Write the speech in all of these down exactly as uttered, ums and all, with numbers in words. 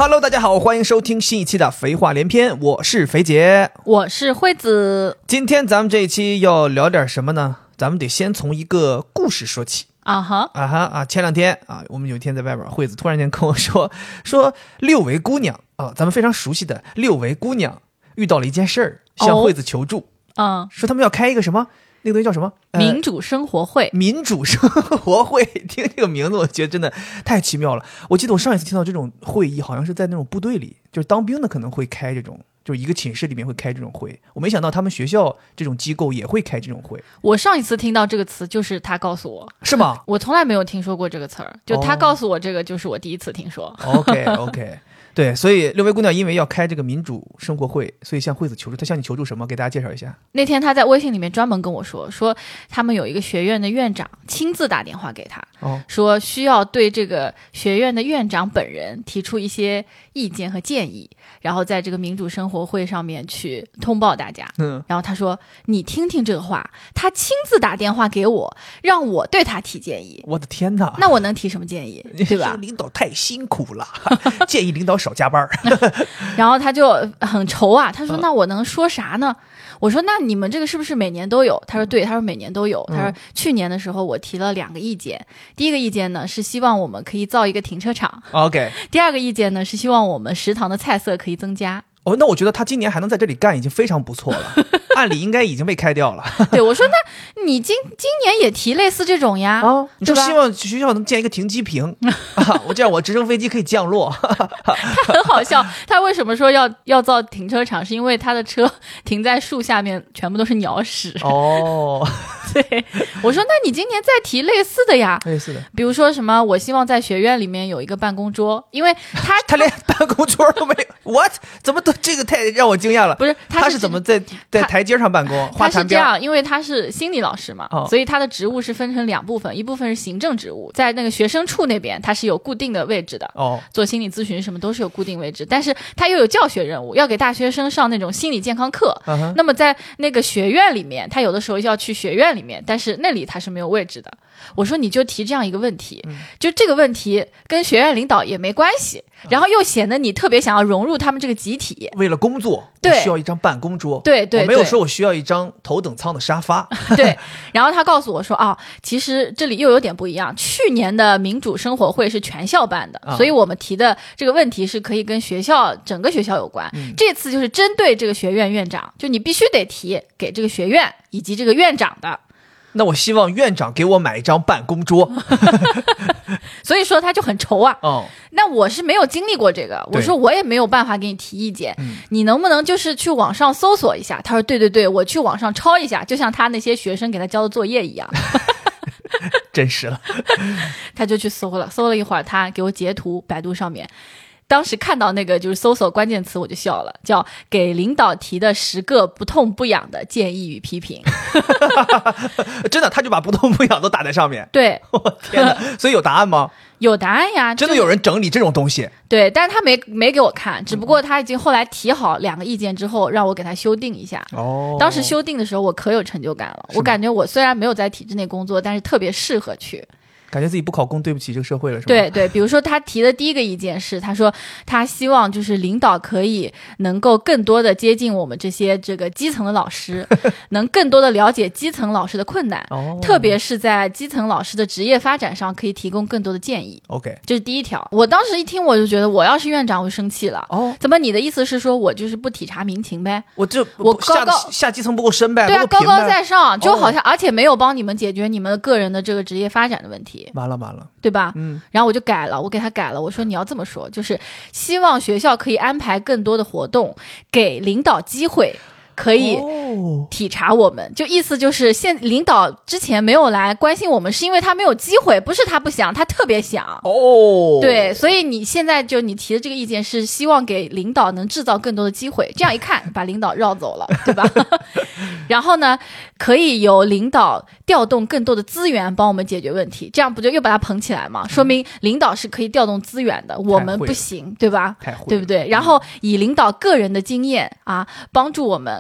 Hello， 大家好，欢迎收听新一期的肥话连篇，我是肥姐， 我是惠子。 今天咱们这一期要聊点什么呢？咱们得先从一个故事说起。 啊哈啊哈啊！前两天啊，我们有一天在外边，惠子突然间跟我说，说六维姑娘啊，咱们非常熟悉的六维姑娘遇到了一件事儿，向惠子求助。 嗯， 说他们要开一个什么，那个东西叫什么？呃、 民主生活会。 民主生活会，听这个名字，我觉得真的太奇妙了。我记得我上一次听到这种会议，好像是在那种部队里，就是当兵的可能会开这种。就是一个寝室里面会开这种会，我没想到他们学校这种机构也会开这种会。 我上一次听到这个词就是他告诉我。 是吗？ 我从来没有听说过这个词儿，就他告诉我这个就是我第一次听说。 哦、OK OK， 对，所以六位姑娘因为要开这个民主生活会，所以向惠子求助。她向你求助什么？给大家介绍一下。 那天他在微信里面专门跟我说，说他们有一个学院的院长亲自打电话给他， 哦、 说需要对这个学院的院长本人提出一些意见和建议，然后在这个民主生活会上面去通报大家。 嗯， 然后他说你听听这个话，他亲自打电话给我，让我对他提建议。 我的天哪， 那我能提什么建议？对吧？ 领导太辛苦了，建议领导少加班。 然后他就很愁啊，他说那我能说啥呢？我说那你们这个是不是每年都有？他说对，他说每年都有。他说去年的时候我提了两个意见，第一个意见呢是希望我们可以造一个停车场。 OK， 第二个意见呢是希望我们食堂的菜色可以增加。 哦，那我觉得他今年还能在这里干已经非常不错了，按理应该已经被开掉了。 对，我说那你今今年也提类似这种呀？ 啊，你说希望学校能建一个停机坪啊，我这样我直升飞机可以降落。 他很好笑，他为什么说要要造停车场？是因为他的车停在树下面全部都是鸟屎。 哦， 对，我说那你今年再提类似的呀？ 类似的， 比如说什么，我希望在学院里面有一个办公桌，因为他他连办公桌都没有。What？ 怎么都这个太让我惊讶了？ 不是，他 是, 他是怎么在在台阶上办公？ 他是这样，因为他是心理老师嘛、 哦， 所以他的职务是分成两部分，一部分是行政职务，在那个学生处那边他是有固定的位置的， 哦， 做心理咨询什么都是有固定位置，但是他又有教学任务，要给大学生上那种心理健康课。 uh-huh. 那么在那个学院里面，他有的时候要去学院里面，但是那里他是没有位置的。我说你就提这样一个问题、嗯、就这个问题跟学院领导也没关系，然后又显得你特别想要融入他们这个集体。 为了工作， 对， 我需要一张办公桌。 对对， 我没有说我需要一张头等舱的沙发。 对，然后他告诉我说啊，其实这里又有点不一样，去年的民主生活会是全校办的、啊、所以我们提的这个问题是可以跟学校整个学校有关、嗯、这次就是针对这个学院院长，就你必须得提给这个学院以及这个院长的。 那我希望院长给我买一张办公桌。 所以说他就很愁啊。 哦， 那我是没有经历过这个，我说我也没有办法给你提意见、嗯、你能不能就是去网上搜索一下？他说对对对，我去网上抄一下，就像他那些学生给他交的作业一样。 真是了。 他就去搜了，搜了一会儿，他给我截图，百度上面当时看到那个就是搜索关键词我就笑了，叫给领导提的十个不痛不痒的建议与批评。 真的，他就把不痛不痒都打在上面。 对， 我天哪！所以有答案吗？ 有答案呀， 真的有人整理这种东西。 对，但是他没没给我看，只不过他已经后来提好两个意见之后让我给他修订一下。 哦， 当时修订的时候我可有成就感了，我感觉我虽然没有在体制内工作，但是特别适合去。 感觉自己不考公对不起这个社会了，是吧？ 对对，比如说他提的第一个意见是，他说他希望就是领导可以能够更多的接近我们这些这个基层的老师，能更多的了解基层老师的困难、哦、特别是在基层老师的职业发展上可以提供更多的建议。 OK， 这是第一条。我当时一听我就觉得我要是院长我就生气了。哦，怎么你的意思是说我就是不体察民情呗？ 我这我高高下基层不够深呗？ 对啊，高高在上，就好像、 哦、 而且没有帮你们解决你们个人的这个职业发展的问题。 完了完了， 对吧？ 嗯， 然后我就改了，我给他改了，我说你要这么说，就是希望学校可以安排更多的活动，给领导机会，可以体察我们、哦、就意思就是现领导之前没有来关心我们是因为他没有机会，不是他不想，他特别想。 哦， 对，所以你现在就你提的这个意见是希望给领导能制造更多的机会，这样一看把领导绕走了，对吧？然后呢可以由领导调动更多的资源帮我们解决问题，这样不就又把他捧起来吗？说明领导是可以调动资源的、嗯、我们不行，对吧？ 太会了， 对不对？然后以领导个人的经验啊，帮助我们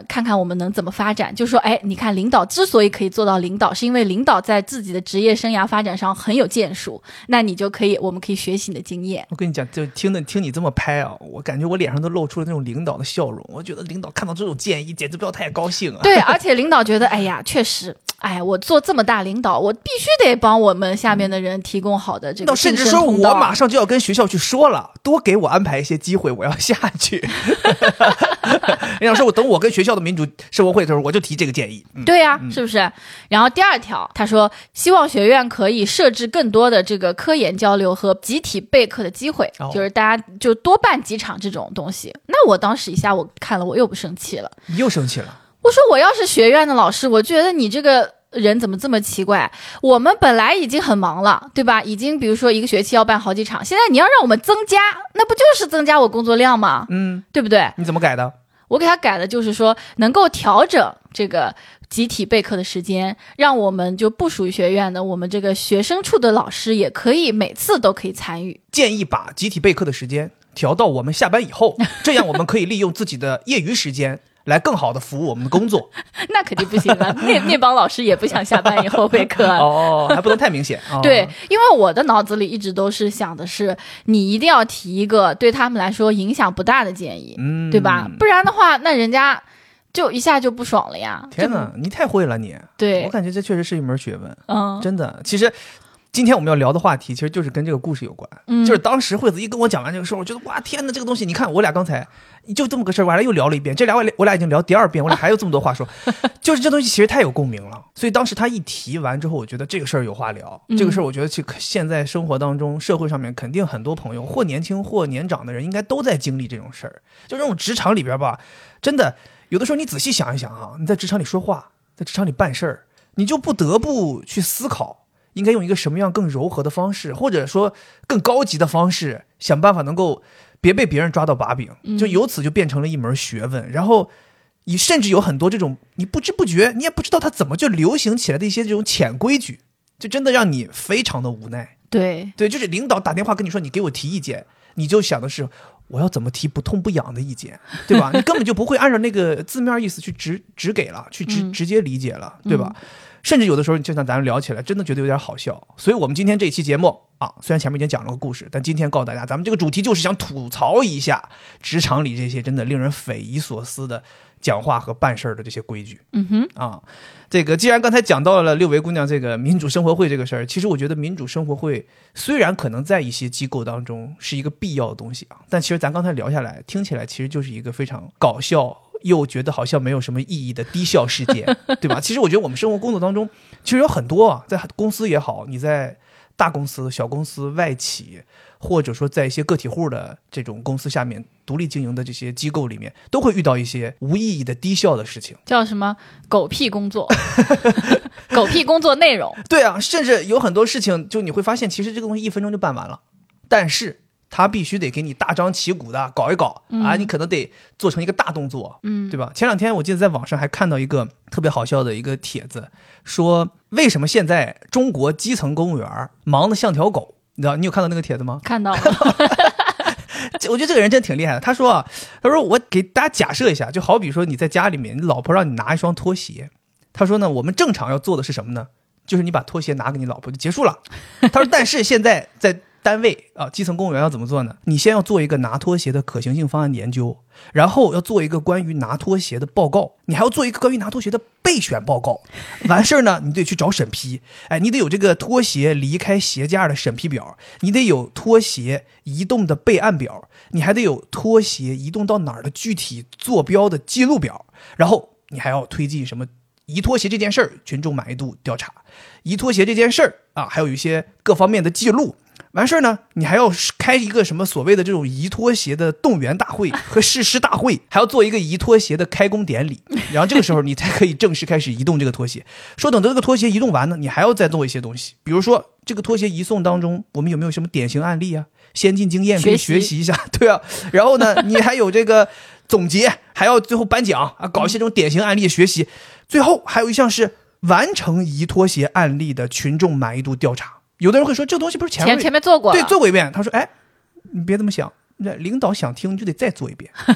看看我们能怎么发展。就说哎，你看领导之所以可以做到领导，是因为领导在自己的职业生涯发展上很有建树，那你就可以，我们可以学习你的经验。 我跟你讲，就听的听你这么拍啊，我感觉我脸上都露出了那种领导的笑容。我觉得领导看到这种建议，简直不要太高兴啊！ 对，而且领导觉得，哎呀，确实，哎，我做这么大领导，我必须得帮我们下面的人提供好的这个甚至说我马上就要跟学校去说了，多给我安排一些机会，我要下去。领导说，我等我跟学校的民主生活会的时候，我就提这个建议。 嗯、对呀、啊，是不是？然后第二条，他说，希望学院可以设置更多的这个科研交流和集体备课的机会，哦、就是大家就多办几场这种东西。那我当时一下我看了，我又不生气了， 你又生气了。 我说我要是学院的老师，我觉得你这个人怎么这么奇怪？我们本来已经很忙了，对吧？已经比如说一个学期要办好几场，现在你要让我们增加，那不就是增加我工作量吗？ 嗯， 对不对？ 你怎么改的？ 我给他改的就是说能够调整这个集体备课的时间，让我们就不属于学院的我们这个学生处的老师也可以每次都可以参与。 建议把集体备课的时间调到我们下班以后，这样我们可以利用自己的业余时间来更好的服务我们的工作。 那肯定不行了，那那帮老师也不想下班以后备课。 哦，还不能太明显。哦、 对，因为我的脑子里一直都是想的是，你一定要提一个对他们来说影响不大的建议，嗯，对吧？不然的话，那人家就一下就不爽了呀。 天哪，你太会了你！ 对， 我感觉这确实是一门学问。 嗯， 真的，其实。今天我们要聊的话题其实就是跟这个故事有关、嗯、就是当时惠子一跟我讲完这个事儿，我觉得哇天哪，这个东西你看我俩刚才就这么个事儿，完了又聊了一遍，这俩我俩已经聊第二遍，我俩还有这么多话说就是这东西其实太有共鸣了，所以当时他一提完之后，我觉得这个事儿有话聊、嗯、这个事儿我觉得现在生活当中社会上面肯定很多朋友或年轻或年长的人应该都在经历这种事儿，就这种职场里边吧，真的有的时候你仔细想一想啊，你在职场里说话，在职场里办事儿，你就不得不去思考应该用一个什么样更柔和的方式，或者说更高级的方式，想办法能够别被别人抓到把柄，就由此就变成了一门学问。然后你甚至有很多这种你不知不觉你也不知道它怎么就流行起来的一些这种潜规矩，就真的让你非常的无奈。 对对，就是领导打电话跟你说你给我提意见，你就想的是我要怎么提不痛不痒的意见，对吧？你根本就不会按照那个字面意思去直直给了，去直直接理解了，对吧？嗯，甚至有的时候就像咱们聊起来真的觉得有点好笑，所以我们今天这一期节目啊，虽然前面已经讲了个故事，但今天告诉大家咱们这个主题就是想吐槽一下职场里这些真的令人匪夷所思的讲话和办事的这些规矩。 嗯哼啊，这个既然刚才讲到了六维姑娘这个民主生活会这个事儿，其实我觉得民主生活会虽然可能在一些机构当中是一个必要的东西啊，但其实咱刚才聊下来听起来其实就是一个非常搞笑又觉得好像没有什么意义的低效事件，对吧？其实我觉得我们生活工作当中其实有很多啊，在公司也好，你在大公司小公司外企，或者说在一些个体户的这种公司下面独立经营的这些机构里面，都会遇到一些无意义的低效的事情， 叫什么狗屁工作狗屁工作内容。 对啊，甚至有很多事情就你会发现其实这个东西一分钟就办完了，但是他必须得给你大张旗鼓的搞一搞、嗯、啊，你可能得做成一个大动作，嗯，对吧？前两天我记得在网上还看到一个特别好笑的一个帖子，说为什么现在中国基层公务员忙得像条狗，你知道？你有看到那个帖子吗？ 看到了。 我觉得这个人真挺厉害的。他说啊，他说我给大家假设一下，就好比说你在家里面，你老婆让你拿一双拖鞋，他说呢，我们正常要做的是什么呢？就是你把拖鞋拿给你老婆就结束了。他说，但是现在在单位啊，基层公务员要怎么做呢？你先要做一个拿拖鞋的可行性方案研究，然后要做一个关于拿拖鞋的报告，你还要做一个关于拿拖鞋的备选报告。完事儿呢，你得去找审批，哎，你得有这个拖鞋离开鞋架的审批表，你得有拖鞋移动的备案表，你还得有拖鞋移动到哪儿的具体坐标的记录表，然后你还要推进什么移拖鞋这件事儿群众满意度调查，移拖鞋这件事儿啊，还有一些各方面的记录。完事儿呢，你还要开一个什么所谓的这种移拖鞋的动员大会和誓师大会，还要做一个移拖鞋的开工典礼，然后这个时候你才可以正式开始移动这个拖鞋。说等到这个拖鞋移动完呢，你还要再做一些东西，比如说这个拖鞋移送当中，我们有没有什么典型案例啊、先进经验可以学习一下？对啊，然后呢，你还有这个总结，还要最后颁奖啊，搞一些这种典型案例学习。最后还有一项是完成移拖鞋案例的群众满意度调查。有的人会说这个东西不是前面前面做过了， 对，做过一遍。他说哎，你别这么想，领导想听就得再做一遍。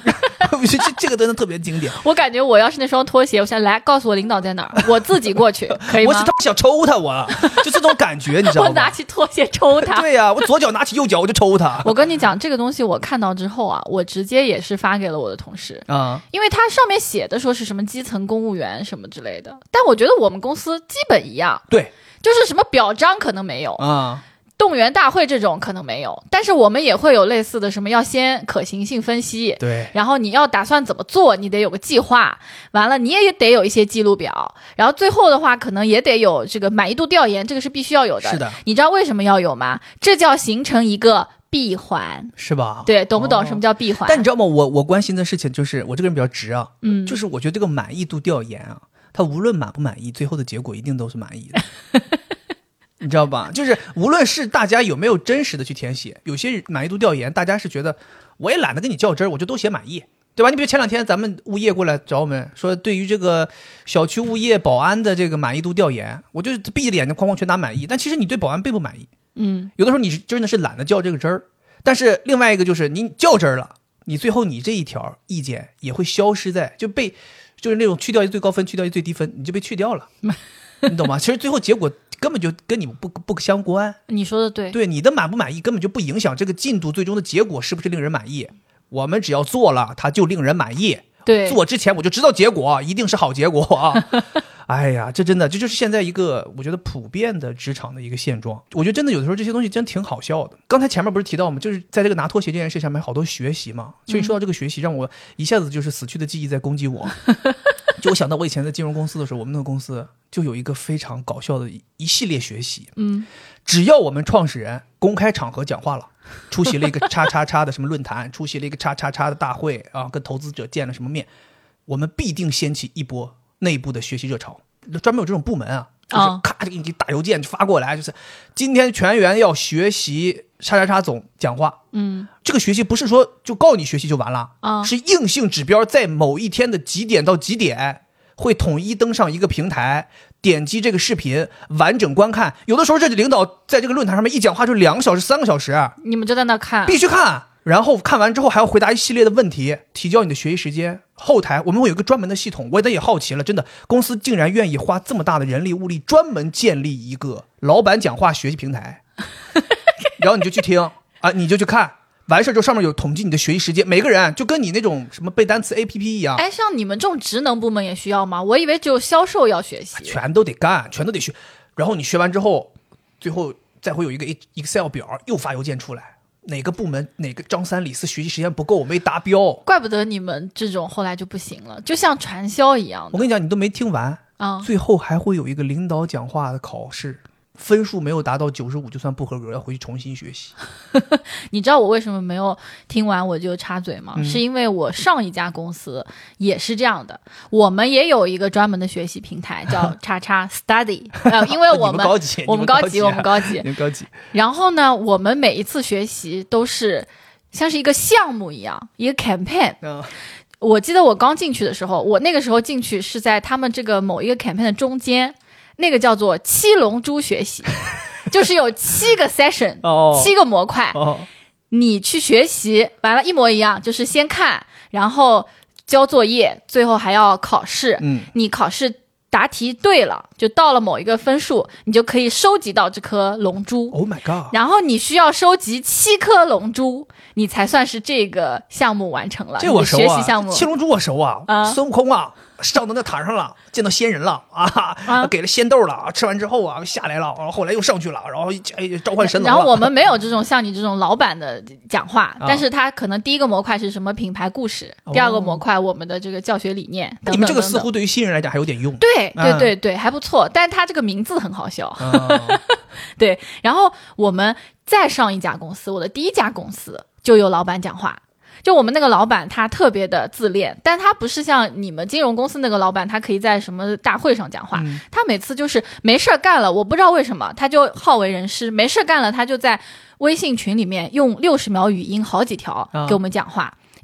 我觉得这这个真的特别经典。 我感觉我要是那双拖鞋，我想来告诉我领导在哪儿，我自己过去，可以吗？ 我是他想抽他，我就这种感觉，你知道吗？ 我拿起拖鞋抽他。 对呀、啊，我左脚拿起右脚我就抽他。 我跟你讲，这个东西我看到之后啊，我直接也是发给了我的同事啊、 嗯，因为它上面写的说是什么基层公务员什么之类的，但我觉得我们公司基本一样。 对， 就是什么表彰可能没有啊。 动员大会这种可能没有，但是我们也会有类似的什么要先可行性分析， 对， 然后你要打算怎么做，你得有个计划，完了你也得有一些记录表，然后最后的话可能也得有这个满意度调研，这个是必须要有的。 是的， 你知道为什么要有吗？这叫形成一个闭环， 是吧？ 对，懂不懂什么叫闭环？ 但你知道吗？我我关心的事情就是我这个人比较直啊， 嗯， 就是我觉得这个满意度调研啊，它无论满不满意，最后的结果一定都是满意的。你知道吧？就是无论是大家有没有真实的去填写，有些满意度调研，大家是觉得我也懒得跟你较真儿，我就都写满意，对吧？你比如前两天咱们物业过来找我们说，对于这个小区物业保安的这个满意度调研，我就闭着眼睛哐哐全打满意。但其实你对保安并不满意， 嗯， 有的时候你是真的是懒得较这个真儿，但是另外一个就是你较真儿了，你最后你这一条意见也会消失在就被就是那种去掉一最高分，去掉一最低分，你就被去掉了。你懂吗？其实最后结果根本就跟你不不相关。 你说的对， 对你的满不满意根本就不影响这个进度最终的结果是不是令人满意。我们只要做了，它就令人满意。 对， 做之前我就知道结果一定是好结果啊。哎呀，这真的这就是现在一个我觉得普遍的职场的一个现状。我觉得真的有的时候这些东西真挺好笑的。刚才前面不是提到吗？就是在这个拿拖鞋这件事上面好多学习嘛。其实你说到这个学习，让我一下子就是死去的记忆在攻击我。就我想到我以前在金融公司的时候，我们那个公司就有一个非常搞笑的一系列学习。 嗯， 只要我们创始人公开场合讲话了，出席了一个叉叉叉的什么论坛，出席了一个叉叉叉的大会啊，跟投资者见了什么面，我们必定掀起一波内部的学习热潮。专门有这种部门啊，就是咔就给你打邮件发过来，就是今天全员要学习叉叉叉总讲话。 嗯， 这个学习不是说就告你学习就完了啊， 是硬性指标，在某一天的几点到几点会统一登上一个平台，点击这个视频完整观看。有的时候这领导在这个论坛上面一讲话就两个小时三个小时， 你们就在那看， 必须看，然后看完之后还要回答一系列的问题，提交你的学习时间。后台我们会有一个专门的系统，我也也好奇了，真的公司竟然愿意花这么大的人力物力专门建立一个老板讲话学习平台。然后你就去听啊，你就去看，完事就上面有统计你的学习时间，每个人就跟你那种什么背单词 A P P 一样。 哎，像你们这种职能部门也需要吗？我以为只有销售要学习。 全都得干，全都得学。然后你学完之后，最后再会有一个 Excel 表又发邮件出来，哪个部门哪个张三李四学习时间不够，没达标。 怪不得你们这种后来就不行了，就像传销一样的。 我跟你讲，你都没听完啊、嗯， 最后还会有一个领导讲话的考试。分数没有达到九十五就算不合格，要回去重新学习。 你知道我为什么没有听完我就插嘴吗？嗯、是因为我上一家公司也是这样的，我们也有一个专门的学习平台叫叉叉 Study， 呃，因为我们高级， 我们高级，我们高级， 你们高级。 然后呢，我们每一次学习都是像是一个项目一样，一个 campaign。 嗯， 我记得我刚进去的时候，我那个时候进去是在他们这个某一个 campaign 的中间。那个叫做七龙珠学习，就是有七个 session，、哦、七个模块、哦，你去学习完了，一模一样，就是先看，然后交作业，最后还要考试。 嗯， 你考试答题对了，就到了某一个分数，你就可以收集到这颗龙珠。 Oh my god！ 然后你需要收集七颗龙珠，你才算是这个项目完成了。 这我熟啊， 学习项目七龙珠我熟啊， 啊孙悟空啊。上到那塔上了，见到仙人了啊，啊给了仙豆了，吃完之后啊下来了，然后后来又上去了，然后哎召唤神龙了。 然后我们没有这种像你这种老板的讲话，啊、但是他可能第一个模块是什么品牌故事，哦、第二个模块我们的这个教学理念等等等等。 你们这个似乎对于新人来讲还有点用。 对对对对，还不错，但他这个名字很好笑。哦、对，然后我们再上一家公司，我的第一家公司就有老板讲话。就我们那个老板他特别的自恋，但他不是像你们金融公司那个老板，他可以在什么大会上讲话、嗯、他每次就是没事干了，我不知道为什么他就好为人师，没事干了他就在微信群里面用六十秒语音好几条给我们讲话、啊、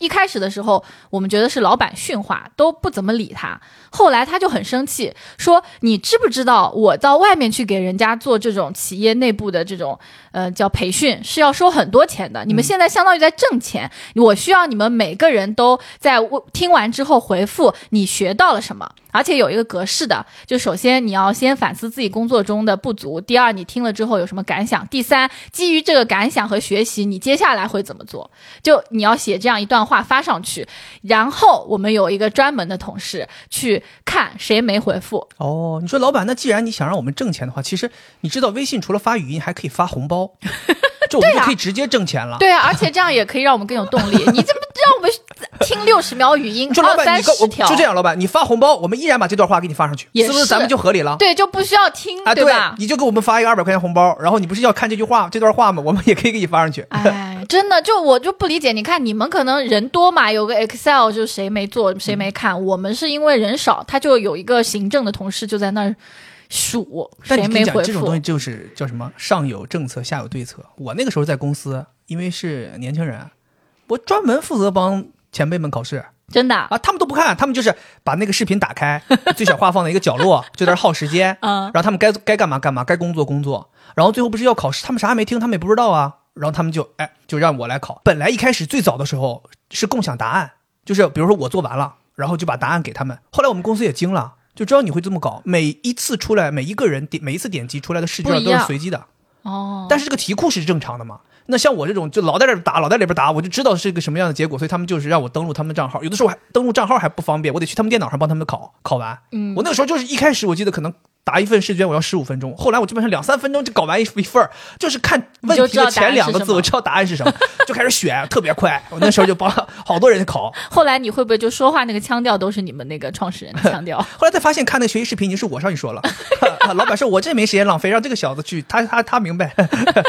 一开始的时候我们觉得是老板训话，都不怎么理他，后来他就很生气，说你知不知道我到外面去给人家做这种企业内部的这种呃叫培训是要收很多钱的，你们现在相当于在挣钱、嗯、我需要你们每个人都在听完之后回复你学到了什么，而且有一个格式的，就首先你要先反思自己工作中的不足，第二你听了之后有什么感想，第三基于这个感想和学习你接下来会怎么做，就你要写这样一段话发上去，然后我们有一个专门的同事去看谁没回复。 哦，你说老板，那既然你想让我们挣钱的话，其实你知道微信除了发语音还可以发红包这我们就可以直接挣钱了。 对啊，而且这样也可以让我们更有动力。你怎么让我们听六十秒语音， 你说老板， 二你三十条， 就这样，老板，你发红包，我们依然把这段话给你发上去， 是不是咱们就合理了？ 对，就不需要听， 啊， 对吧？ 你就给我们发一个二百块钱红包，然后你不是要看这句话这段话吗？我们也可以给你发上去。 哎，真的，就我就不理解，你看你们可能人多嘛，有个 Excel 就谁没做谁没看、嗯、我们是因为人少，他就有一个行政的同事就在那儿数谁没回复。 这种东西就是叫什么上有政策下有对策。我那个时候在公司，因为是年轻人，我专门负责帮前辈们考试。 真的啊，他们都不看，他们就是把那个视频打开，最小化放在一个角落，就在那耗时间。嗯，然后他们该该干嘛干嘛，该工作工作。然后最后不是要考试，他们啥也没听，他们也不知道啊。然后他们就哎，就让我来考。本来一开始最早的时候是共享答案，就是比如说我做完了，然后就把答案给他们。后来我们公司也精了，就知道你会这么搞，每一次出来，每一个人点每一次点击出来的试卷都是随机的。哦，但是这个题库是正常的嘛？那像我这种就老在这打老在里边打，我就知道是个什么样的结果，所以他们就是让我登录他们的账号，有的时候还登录账号还不方便，我得去他们电脑上帮他们考考完。嗯，我那个时候就是一开始我记得可能答一份试卷我要十五分钟，后来我基本上两三分钟就搞完一份，就是看问题的前两个字我知道答案是什么，就开始选，特别快。我那时候就帮好多人考。 后来你会不会就说话那个腔调都是你们那个创始人的腔调？ 后来再发现看那个学习视频已经是我上去说了，老板说我这没时间浪费，让这个小子去，他他他明白。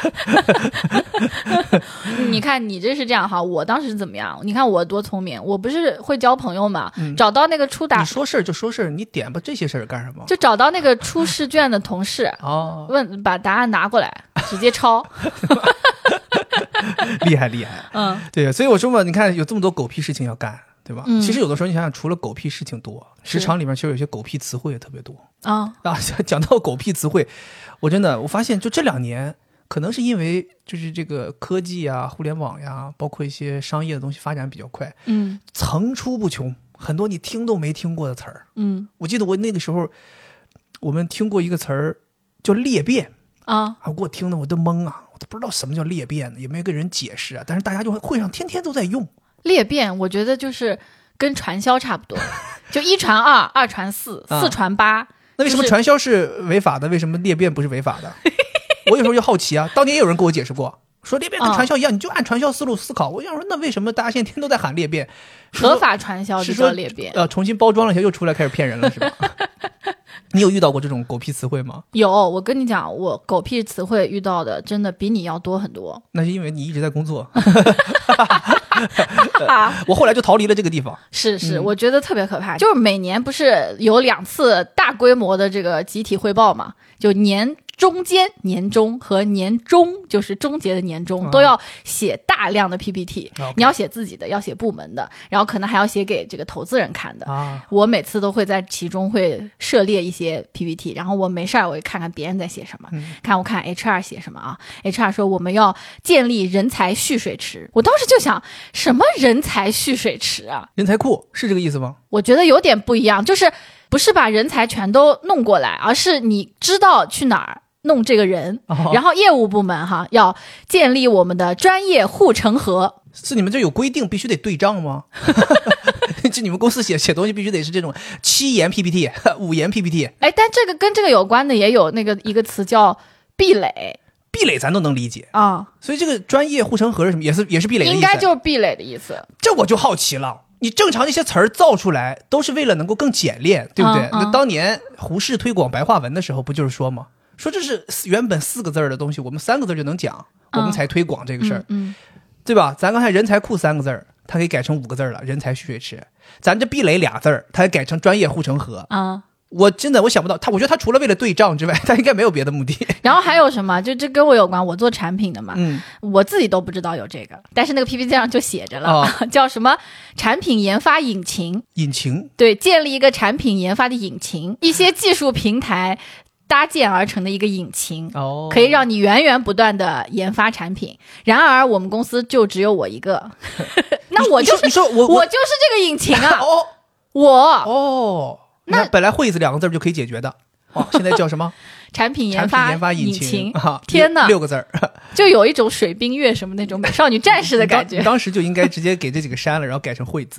你看你这是这样哈，我当时是怎么样？你看我多聪明，我不是会交朋友嘛、嗯、找到那个出答， 你说事儿就说事儿，你点吧这些事儿干什么？ 就找到那个出试卷的同事哦，问把答案拿过来直接抄。 厉害厉害。嗯，对，所以我说嘛，你看有这么多狗屁事情要干，对吧、嗯、其实有的时候你想想，除了狗屁事情多，职场里面其实有些狗屁词汇也特别多啊。啊，讲到狗屁词汇，我真的我发现就这两年可能是因为就是这个科技啊互联网呀，包括一些商业的东西发展比较快，嗯，层出不穷，很多你听都没听过的词儿。嗯，我记得我那个时候我们听过一个词儿叫裂变啊，啊，给我听的我都懵啊，我都不知道什么叫裂变呢，也没有个人解释啊，但是大家就会上天天都在用。 裂变我觉得就是跟传销差不多，就一传二，二传四，四传八。 那为什么传销是违法的，为什么裂变不是违法的？我有时候就好奇啊，当年也有人给我解释过，说裂变跟传销一样、哦、你就按传销思路思考。我想说那为什么大家现在天天都在喊裂变？ 合法传销就叫裂变， 呃，重新包装了一下又出来开始骗人了是吧？你有遇到过这种狗屁词汇吗？ 有，我跟你讲，我狗屁词汇遇到的真的比你要多很多。 那是因为你一直在工作。我后来就逃离了这个地方。 是是、嗯、我觉得特别可怕，就是每年不是有两次大规模的这个集体汇报嘛，就年中间年终和年终，就是终结的年终、嗯、都要写大量的 P P T、okay. 你要写自己的，要写部门的，然后可能还要写给这个投资人看的、啊、我每次都会在其中会涉猎一些 P P T， 然后我没事儿我会看看别人在写什么、嗯、看我看 H R 写什么啊。 H R 说我们要建立人才蓄水池，我当时就想什么人才蓄水池啊， 人才库是这个意思吗？ 我觉得有点不一样，就是不是把人才全都弄过来，而是你知道去哪儿弄这个人、哦、然后业务部门哈要建立我们的专业护城河。 是你们这有规定必须得对账吗？这你们公司写写东西必须得是这种七言 P P T 五言 P P T？ 哎，但这个跟这个有关的也有那个一个词叫壁垒。 壁垒咱都能理解啊，所以这个专业护城河是什么？也是也是壁垒的意思， 应该就是壁垒的意思。 这我就好奇了，你正常这些词儿造出来都是为了能够更简练，对不对？嗯嗯、那当年胡适推广白话文的时候，不就是说吗？说这是原本四个字的东西，我们三个字就能讲，我们才推广这个事儿、嗯嗯，对吧？咱刚才人才库三个字，它可以改成五个字了，人才蓄水池。咱这壁垒俩字，它改成专业护城河啊。 我真的我想不到他，我觉得他除了为了对账之外，他应该没有别的目的。 然后还有什么？就这跟我有关，我做产品的嘛， 嗯， 我自己都不知道有这个，但是那个 P P T 上就写着了， 哦、 叫什么产品研发引擎。 引擎， 对，建立一个产品研发的引擎，一些技术平台搭建而成的一个引擎， 哦， 可以让你源源不断的研发产品。然而我们公司就只有我一个，那我就是你说你说我我就是这个引擎啊， 哦， 我哦， 那本来惠子两个字就可以解决的，哦，现在叫什么？ 产品研产发品研发引擎啊！天哪， 六个字儿， 就有一种水冰月什么那种美少女战士的感觉。 当, 当时就应该直接给这几个删了，然后改成惠子。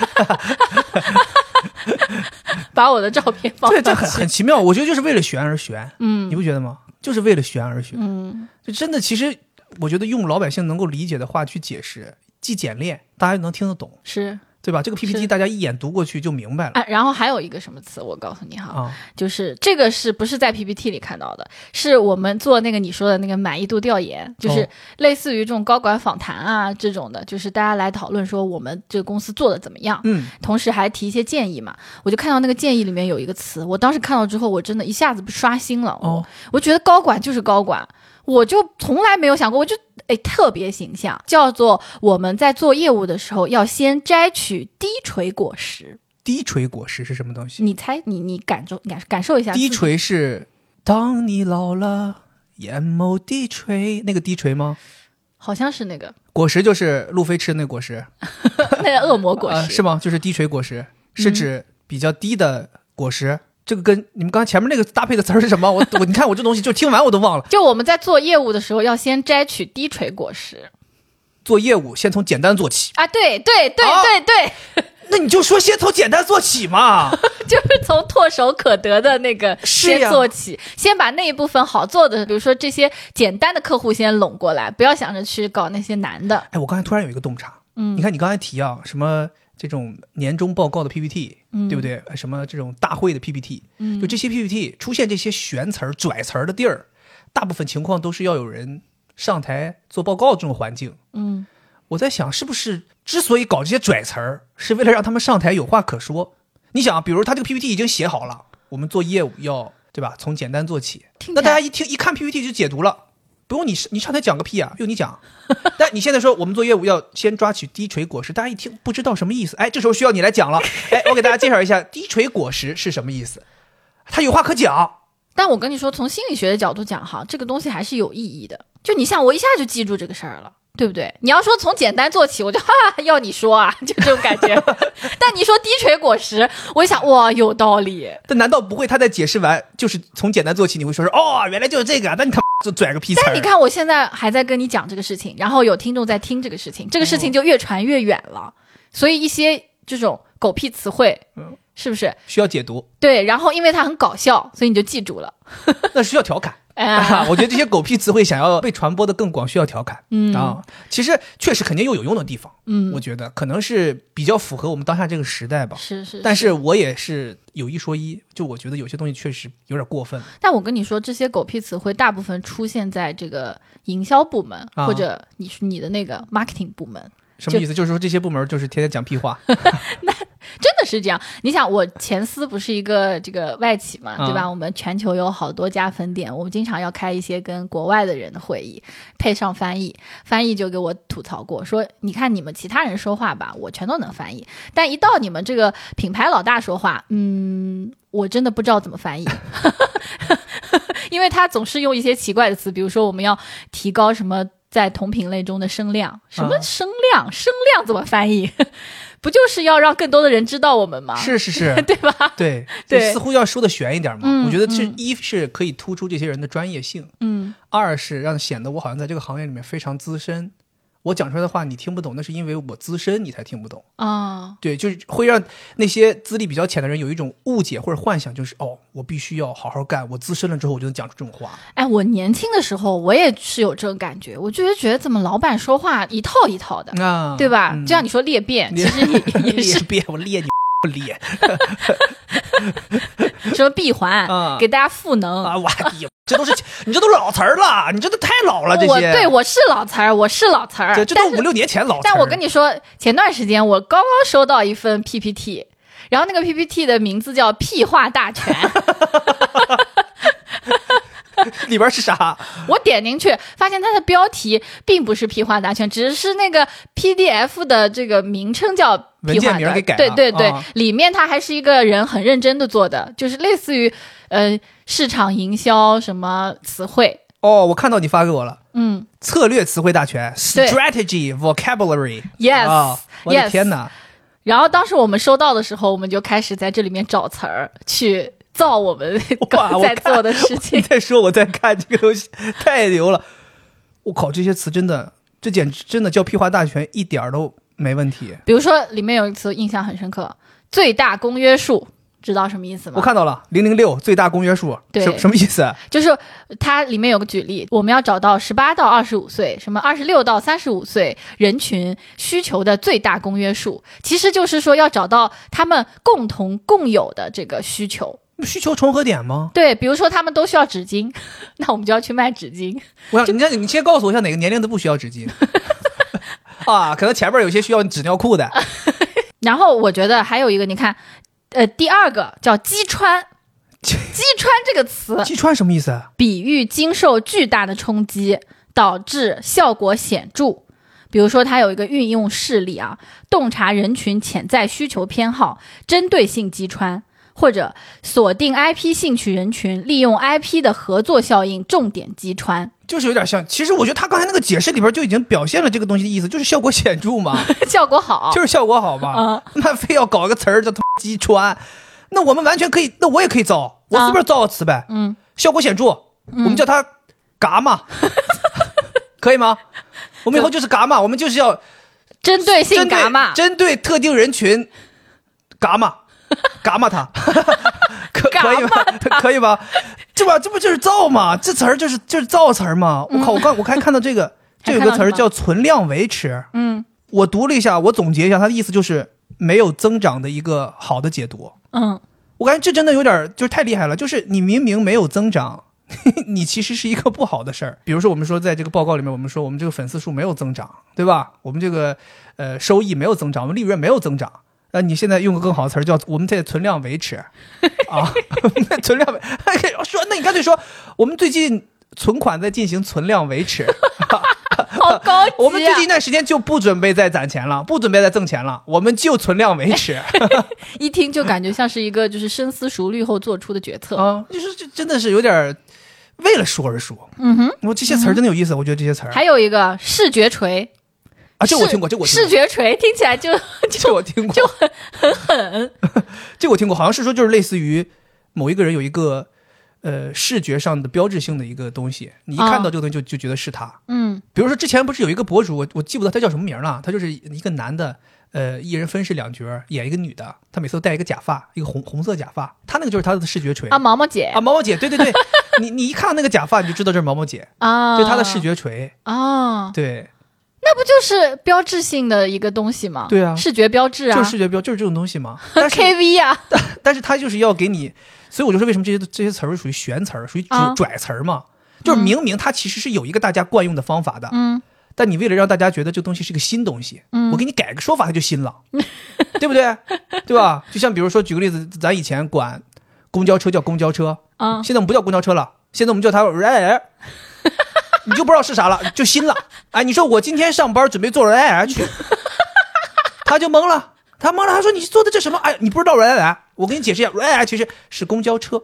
把我的照片放上去， 对，这很很奇妙。我觉得就是为了玄而玄， 嗯， 你不觉得吗？就是为了玄而玄， 嗯， 就真的，其实我觉得用老百姓能够理解的话去解释，既简练，大家能听得懂， 是。 对吧？这个 P P T 大家一眼读过去就明白了。 啊，然后还有一个什么词，我告诉你哈， 啊、 就是这个是不是在 P P T 里看到的？是我们做那个你说的那个满意度调研，就是类似于这种高管访谈啊这种的，就是大家来讨论说我们这个公司做的怎么样， 嗯， 同时还提一些建议嘛。我就看到那个建议里面有一个词，我当时看到之后，我真的一下子刷新了。 哦， 我觉得高管就是高管。我就从来没有想过，我就诶特别形象，叫做我们在做业务的时候要先摘取低垂果实。 低垂果实是什么东西？ 你猜，你你感受感感受一下。 低垂是当你老了，眼眸低垂，那个低垂吗？ 好像是那个果实，就是路飞吃的那个果实， 那个恶魔果实、 呃、是吗？就是低垂果实，是指比较低的果实。嗯，这个跟你们刚才前面那个搭配的词儿是什么？我我你看我这东西就听完我都忘了。 就我们在做业务的时候，要先摘取低垂果实。 做业务先从简单做起啊！对对对对对， 啊、那你就说先从简单做起嘛， 就是从唾手可得的那个先做起，先把那一部分好做的，比如说这些简单的客户先拢过来，不要想着去搞那些难的。 哎，我刚才突然有一个洞察，嗯，你看你刚才提啊，什么？这种年终报告的 P P T，、嗯、对不对？什么这种大会的 P P T，、嗯、就这些 P P T 出现这些玄词儿、拽词儿的地儿，大部分情况都是要有人上台做报告这种环境。 嗯， 我在想，是不是之所以搞这些拽词儿，是为了让他们上台有话可说？你想，比如他这个 P P T 已经写好了，我们做业务要对吧？从简单做起，那大家一听一看 P P T 就解读了。不用你你上台讲个屁啊，用你讲。但你现在说我们做业务要先抓取低垂果实，大家一听不知道什么意思。哎，这时候需要你来讲了。哎，我给大家介绍一下低垂果实是什么意思，他有话可讲。 但我跟你说，从心理学的角度讲哈，这个东西还是有意义的。就你像我一下就记住这个事儿了，对不对？你要说从简单做起，我就哈哈要你说啊，就这种感觉。但你说低垂果实，我一想哇，有道理。 但难道不会他在解释完就是从简单做起，你会说是哦，原来就是这个？那你他妈就拽个屁词儿。 但你看我现在还在跟你讲这个事情，然后有听众在听这个事情，这个事情就越传越远了。所以一些这种狗屁词汇，嗯，是不是需要解读？ 对，然后因为它很搞笑，所以你就记住了。 那需要调侃。啊、我觉得这些狗屁词汇想要被传播的更广，需要调侃。嗯啊，其实确实肯定有有用的地方。嗯，我觉得可能是比较符合我们当下这个时代吧。 是 是, 是。 但是我也是有一说一，就我觉得有些东西确实有点过分。 但我跟你说，这些狗屁词汇大部分出现在这个营销部门、啊、或者你你的那个 marketing 部门。 什么意思？就, 就是说这些部门就是天天讲屁话。 那真的是这样。你想，我前司不是一个这个外企嘛，对吧、啊、我们全球有好多家分店，我们经常要开一些跟国外的人的会议，配上翻译，翻译就给我吐槽过，说你看你们其他人说话吧，我全都能翻译，但一到你们这个品牌老大说话，嗯，我真的不知道怎么翻译。因为他总是用一些奇怪的词，比如说我们要提高什么在同品类中的声量，什么声量、啊、声量怎么翻译？不就是要让更多的人知道我们吗？ 是是是， 对吧？ 对对， 似乎要说的玄一点嘛。 嗯、 我觉得这一是可以突出这些人的专业性， 嗯， 二是让显得我好像在这个行业里面非常资深。我讲出来的话你听不懂，那是因为我资深你才听不懂啊、哦。 对，就是会让那些资历比较浅的人有一种误解或者幻想，就是哦，我必须要好好干，我资深了之后我就能讲出这种话。 哎，我年轻的时候我也是有这种感觉，我就是觉得怎么老板说话一套一套的，啊、对吧、嗯？就像你说裂变，其实也也是裂变，我裂你不裂。 什么闭环、啊、给大家赋能啊！我这都是你这都是老词儿了，你这都太老了。这些我对我是老词儿，我是老词儿， 这这都五六年前老词儿。 但我跟你说，前段时间我刚刚收到一份 P P T， 然后那个 P P T 的名字叫屁话大全里边是啥？ 我点进去发现它的标题并不是屁话大全，只是那个 P D F 的这个名称叫屁话大全，对对对、哦、里面它还是一个人很认真的做的，就是类似于呃市场营销什么词汇。 哦，我看到你发给我了。 嗯， 策略词汇大全 strategy vocabulary yes、 哦、我的天哪、yes、 然后当时我们收到的时候，我们就开始在这里面找词儿去造我们在做的事情。 你在说我在看这个东西太牛了，我靠，这些词真的，这简直真的叫屁话大全一点都没问题。 比如说里面有一词印象很深刻，最大公约数，知道什么意思吗？ 我看到了，零零六最大公约数， 对， 什什么意思？ 就是它里面有个举例，我们要找到十八到二十五岁，什么二十六到三十五岁人群需求的最大公约数，其实就是说要找到他们共同共有的这个需求。 需求重合点吗？ 对，比如说他们都需要纸巾，那我们就要去卖纸巾。 我想，你看，你先告诉我一下哪个年龄的不需要纸巾啊？可能前面有些需要纸尿裤的。 然后我觉得还有一个，你看，呃，第二个叫击穿。击穿这个词， 击穿什么意思？ 比喻经受巨大的冲击，导致效果显著。比如说它有一个运用事例啊，洞察人群潜在需求偏好，针对性击穿。或者锁定 I P 兴趣人群，利用 I P 的合作效应重点击穿， 就是有点像。其实我觉得他刚才那个解释里边就已经表现了这个东西的意思，就是效果显著嘛， 效果好， 就是效果好嘛。那、嗯、非要搞一个词儿叫他妈击穿，那我们完全可以，那我也可以造，我随便造个词呗。 嗯， 效果显著， 嗯、 我们叫它嘎嘛，可以吗？我们以后就是嘎嘛，我们就是要针对性嘎嘛， 针对特定人群嘎嘛。嘎嘛他可可以吗？可以吧？这吧，这不就是造吗？这词儿就是就是造词儿吗？我靠！我刚我刚看到这个，这有个词儿叫存量维持。 嗯， 我读了一下，我总结一下，它的意思就是没有增长的一个好的解读。 嗯， 我感觉这真的有点就是太厉害了，就是你明明没有增长，你其实是一个不好的事儿。比如说我们说在这个报告里面，我们说我们这个粉丝数没有增长，对吧？我们这个呃收益没有增长，我们利润没有增长。那、呃、你现在用个更好的词儿叫我们在存量维持啊，存量维说，那你干脆说我们最近存款在进行存量维持， 好高级、啊、 我们最近一段时间就不准备再攒钱了，不准备再挣钱了，我们就存量维持。 一听就感觉像是一个就是深思熟虑后做出的决策啊，就是这真的是有点为了说而说。 嗯哼， 我这些词儿真的有意思、嗯，我觉得这些词儿。 还有一个视觉锤。 啊，这我听过，这我听过。 视觉锤听起来就就这我听过， 就很很狠。 这我听过，好像是说就是类似于某一个人有一个呃视觉上的标志性的一个东西，你一看到这个东西就、哦、就觉得是他。 嗯， 比如说之前不是有一个博主，我我记不得他叫什么名了，他就是一个男的，呃，一人分饰两角演一个女的，他每次都戴一个假发，一个红红色假发，他那个就是他的视觉锤啊，毛毛姐啊，毛毛姐，对对对，你你一看到那个假发你就知道这是毛毛姐啊， 就是他的视觉锤啊， 对。 那不就是标志性的一个东西吗？ 对啊， 视觉标志啊， 就是视觉标，就是这种东西嘛。 K V 啊， 但但是他就是要给你，所以我就说为什么这些这些词儿属于玄词儿，属于啊拽词儿嘛？就是明明它其实是有一个大家惯用的方法的， 嗯， 但你为了让大家觉得这个东西是个新东西， 嗯， 我给你改个说法，它就新了，对不对？对吧？就像比如说举个例子，咱以前管公交车叫公交车， 嗯， 现在我们不叫公交车了，现在我们叫它哎。你就不知道是啥了，就新了。哎，你说我今天上班准备坐软来来去，他就懵了，他懵了，他说你做的这什么？哎，你不知道软来来？我给你解释一下，软来来其实是公交车。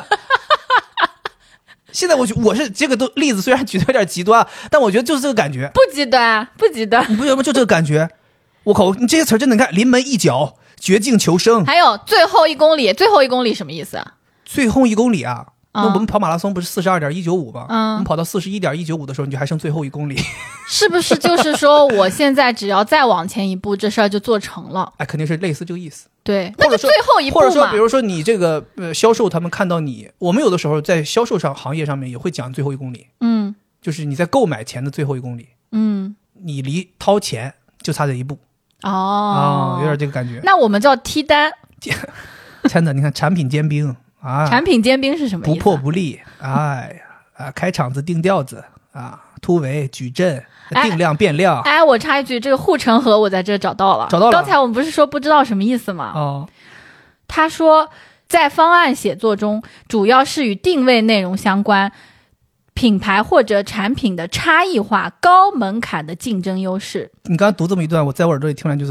现在我我是这个都例子虽然举的有点极端，但我觉得就是这个感觉。 不极端，不极端。 你不觉得吗？就这个感觉。我靠，你这些词儿真的，你看临门一脚，绝境求生， 还有最后一公里，最后一公里什么意思啊？ 最后一公里啊。那我们跑马拉松不是四十二点一九五吗？ 嗯， 我们跑到四十一点一九五的时候，你就还剩最后一公里， 是不是就是说我现在只要再往前一步，这事儿就做成了？ 哎，肯定是类似这个意思。 对，那就最后一步嘛。 或者说，比如说你这个呃销售，他们看到你，我们有的时候在销售上行业上面也会讲最后一公里， 嗯， 就是你在购买前的最后一公里， 嗯， 你离掏钱就差这一步。 哦， 哦，有点这个感觉。 那我们叫踢单， 真的，你看产品尖兵。啊， 产品尖兵是什么意思、啊？ 不破不立，哎呀，啊，开场子定调子啊，突围矩阵，定量变量。 哎，哎我插一句，这个护城河我在这找到了， 找到了。 刚才我们不是说不知道什么意思吗？ 哦， 他说在方案写作中主要是与定位内容相关，品牌或者产品的差异化、高门槛的竞争优势。 你刚刚读这么一段，我在我耳朵里听来就是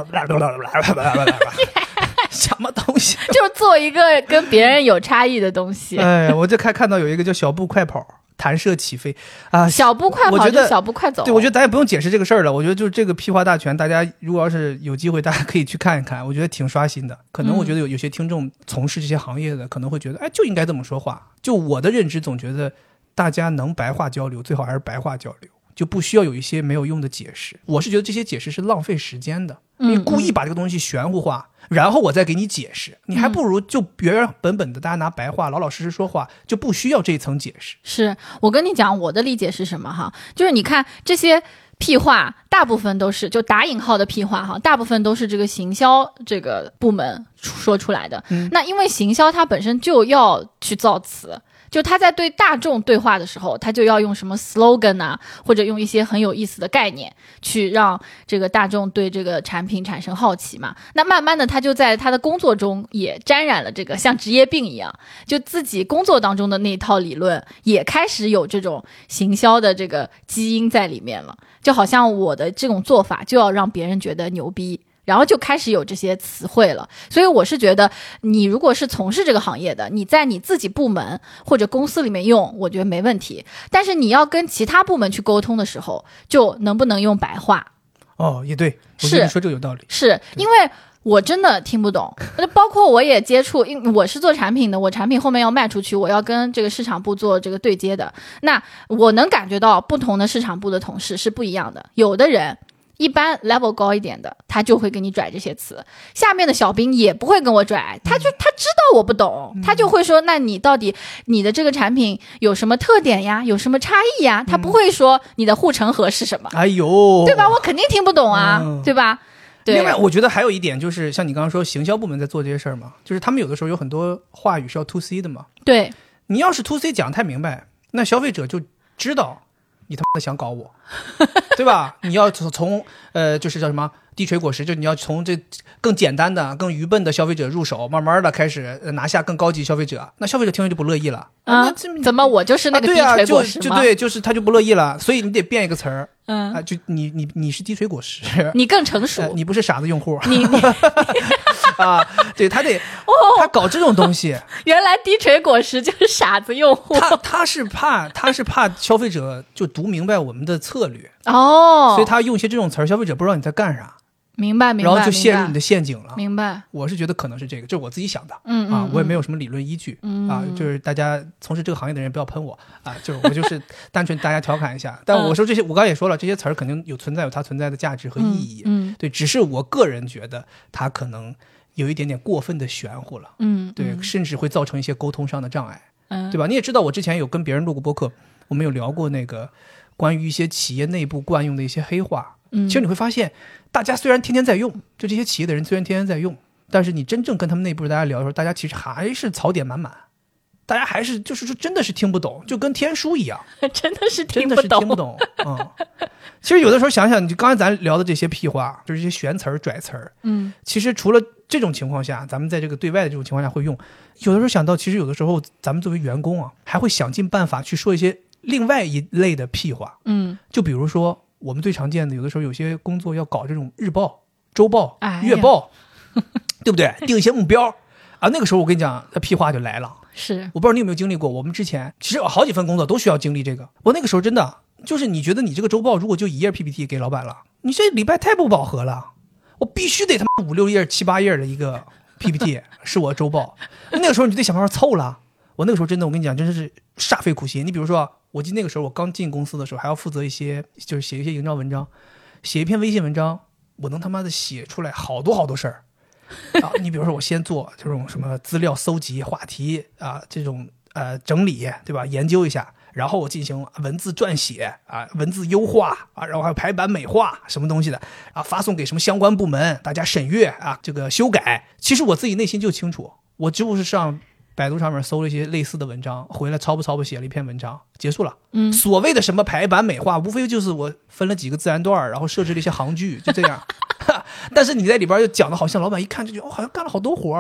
什么东西？ 就是做一个跟别人有差异的东西。 哎，我就看看到有一个叫小步快跑，弹射起飞啊！ 小步快跑就小步快走。 对，我觉得咱也不用解释这个事儿了。我觉得就是这个屁话大全，大家如果要是有机会，大家可以去看一看，我觉得挺刷新的。可能我觉得有有些听众从事这些行业的，可能会觉得，哎，就应该这么说话。就我的认知，总觉得大家能白话交流，最好还是白话交流。就不需要有一些没有用的解释，我是觉得这些解释是浪费时间的。你故意把这个东西玄乎化，然后我再给你解释，你还不如就原原本本的大家拿白话老老实实说话，就不需要这一层解释。 是我跟你讲我的理解是什么哈，就是你看这些屁话大部分都是就打引号的屁话哈，大部分都是这个行销这个部门说出来的、嗯、那因为行销它本身就要去造词，就他在对大众对话的时候，他就要用什么 slogan 啊，或者用一些很有意思的概念去让这个大众对这个产品产生好奇嘛。那慢慢的他就在他的工作中也沾染了这个像职业病一样，就自己工作当中的那一套理论也开始有这种行销的这个基因在里面了，就好像我的这种做法就要让别人觉得牛逼，然后就开始有这些词汇了。所以我是觉得你如果是从事这个行业的，你在你自己部门或者公司里面用我觉得没问题，但是你要跟其他部门去沟通的时候，就能不能用白话。 哦，也对，我觉得你说这个有道理。 是因为我真的听不懂，包括我也接触，因为我是做产品的，我产品后面要卖出去，我要跟这个市场部做这个对接的，那我能感觉到不同的市场部的同事是不一样的。有的人一般 level 高一点的，他就会跟你拽这些词，下面的小兵也不会跟我拽，他就他知道我不懂，他就会说那你到底你的这个产品有什么特点呀，有什么差异呀，他不会说你的护城河是什么，哎呦，对吧？我肯定听不懂啊、嗯、对吧？对。 另外我觉得还有一点就是像你刚刚说行销部门在做这些事儿嘛，就是他们有的时候有很多话语是要 to C 的嘛。 对， 你要是 to C 讲太明白，那消费者就知道你他妈的想搞我，对吧？你要从呃，就是叫什么低垂果实，就你要从这更简单的、更愚笨的消费者入手，慢慢的开始拿下更高级消费者，那消费者听着就不乐意了。 啊，怎么我就是那个低垂果实吗？ 啊、对啊，就就对，就是他就不乐意了，所以你得变一个词儿。嗯啊，就你你你是低垂果实， 你更成熟， 呃、你不是傻子用户。 你啊，对他得、哦、他搞这种东西， 原来低垂果实就是傻子用户。 他他是怕他是怕消费者就读明白我们的策略哦， 所以他用一些这种词儿，消费者不知道你在干啥。 明白明白， 然后就陷入你的陷阱了。 明白， 我是觉得可能是这个，这是我自己想的。 嗯啊，我也没有什么理论依据、 嗯、 啊，就是大家从事这个行业的人不要喷我啊，就是我就是单纯大家调侃一下。但我说这些，我刚才也说了，这些词儿肯定有存在有它存在的价值和意义。 嗯，嗯对，只是我个人觉得它可能有一点点过分的玄乎了。 嗯， 对， 嗯甚至会造成一些沟通上的障碍。 嗯， 对吧？你也知道，我之前有跟别人录过播客，我们有聊过那个关于一些企业内部惯用的一些黑话。 嗯， 其实你会发现，大家虽然天天在用，就这些企业的人虽然天天在用，但是你真正跟他们内部大家聊的时候，大家其实还是槽点满满，大家还是就是说真的是听不懂，就跟天书一样， 真的是听不懂，真的是听不懂。嗯，其实有的时候想想，你刚才咱聊的这些屁话，就是这些玄词儿、拽词儿， 嗯， 其实除了这种情况下，咱们在这个对外的这种情况下会用，有的时候想到，其实有的时候咱们作为员工啊，还会想尽办法去说一些另外一类的屁话。 嗯， 就比如说。我们最常见的，有的时候有些工作要搞这种日报、周报、 哎、 月报，对不对？定一些目标啊，那个时候我跟你讲，那屁话就来了。 是， 我不知道你有没有经历过，我们之前其实有好几份工作都需要经历这个。我那个时候真的就是，你觉得你这个周报如果就一页 P P T 给老板了，你这礼拜太不饱和了，我必须得他妈五六页、七八页的一个 P P T 是我周报。那个时候你就得想办法凑了。我那个时候真的，我跟你讲，真的是煞费苦心。你比如说，我记得那个时候我刚进公司的时候，还要负责一些，就是写一些营销文章，写一篇微信文章，我能他妈的写出来好多好多事儿啊！你比如说，我先做这种什么资料搜集、话题啊，这种呃整理，对吧？研究一下，然后我进行文字撰写啊，文字优化啊，然后还有排版美化什么东西的啊，发送给什么相关部门，大家审阅啊，这个修改。其实我自己内心就清楚，我就是上百度上面搜了一些类似的文章，回来抄不抄不写了一篇文章，结束了。 嗯， 所谓的什么排版美化，无非就是我分了几个自然段，然后设置了一些行距，就这样。但是你在里边就讲的好像老板一看就觉得、哦、好像干了好多活啊，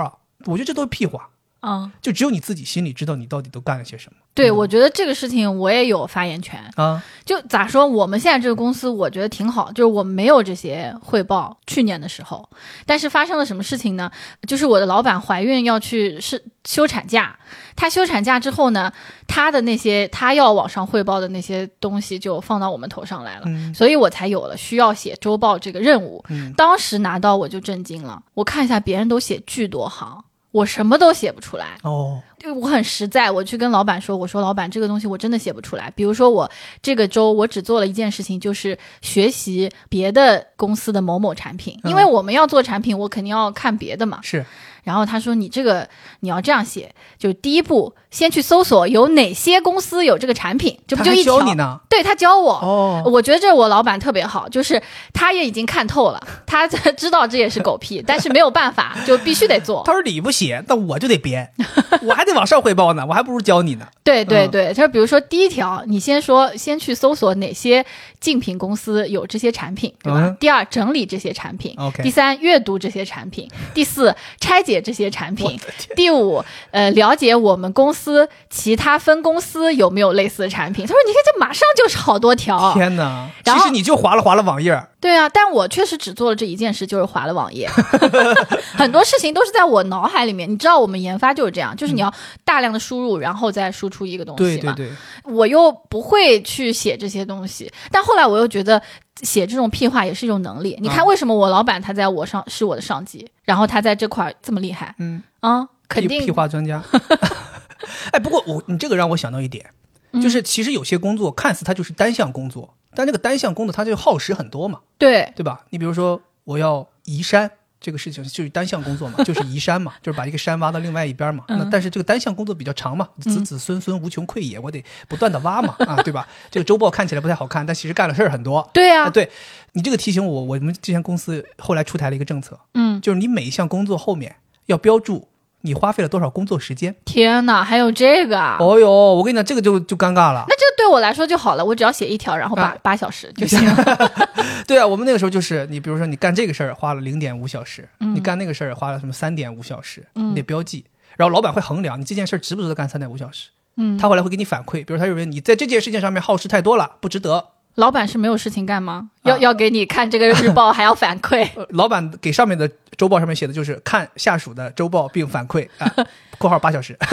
我觉得这都是屁话。 嗯， 就只有你自己心里知道你到底都干了些什么。 对、 嗯、 我觉得这个事情我也有发言权啊。 就咋说，我们现在这个公司我觉得挺好，就是我们没有这些汇报，去年的时候。但是发生了什么事情呢？就是我的老板怀孕要去是休产假，她休产假之后呢，她的那些她要往上汇报的那些东西就放到我们头上来了、 嗯、 所以我才有了需要写周报这个任务、 嗯、 当时拿到我就震惊了，我看一下别人都写巨多行，我什么都写不出来哦。 我很实在，我去跟老板说，我说老板这个东西我真的写不出来。比如说我这个周我只做了一件事情，就是学习别的公司的某某产品，因为我们要做产品，我肯定要看别的嘛。 是。 然后他说你这个你要这样写，就第一步先去搜索有哪些公司有这个产品，这不就一条？ 他还教你呢？ 对，他教我。 哦， 我觉得这我老板特别好，就是他也已经看透了，他知道这也是狗屁，但是没有办法，就必须得做。 他说你不写，那我就得编，我还得往上汇报呢，我还不如教你呢。 对对对，他说比如说第一条，你先说先去搜索哪些竞品公司有这些产品，对吧？嗯、第二，整理这些产品。 Okay. 第三，阅读这些产品。第四，拆解这些产品。第五，呃，了解我们公司其他分公司有没有类似的产品。他说你看这马上就是好多条。 天哪，其实你就划了划了网页。 对啊，但我确实只做了这一件事，就是划了网页。很多事情都是在我脑海里面，你知道我们研发就是这样，就是你要大量的输入，然后再输出一个东西嘛。 对对对。 我又不会去写这些东西，但后来我又觉得写这种屁话也是一种能力。你看为什么我老板他在我上是我的上级，然后他在这块这么厉害？ 嗯啊，肯定屁话专家。哎，不过我你这个让我想到一点，就是其实有些工作看似它就是单项工作。但这个单项工作它就耗时很多嘛， 对对吧？你比如说我要移山这个事情就是单项工作嘛，就是移山嘛，就是把一个山挖到另外一边嘛。嗯、那但是这个单项工作比较长嘛，子子孙孙无穷匮也，我得不断的挖嘛，啊，对吧？这个周报看起来不太好看，但其实干了事儿很多。 对啊， 啊对你这个提醒我，我们之前公司后来出台了一个政策， 嗯， 就是你每一项工作后面要标注你花费了多少工作时间。 天哪，还有这个啊！ 哦哟，我跟你讲，这个就就尴尬了。 那这对我来说就好了，我只要写一条，然后八、啊、八小时就行了。 对啊，我们那个时候就是你比如说你干这个事儿花了零点五小时、嗯、你干那个事儿花了什么三点五小时、嗯、你得标记，然后老板会衡量你这件事值不值得干三点五小时。嗯，他后来会给你反馈，比如他认为你在这件事情上面耗时太多了，不值得。 老板是没有事情干吗？要、啊、要给你看这个日报还要反馈、 呃、老板给上面的周报上面写的就是看下属的周报并反馈啊，括号八小时。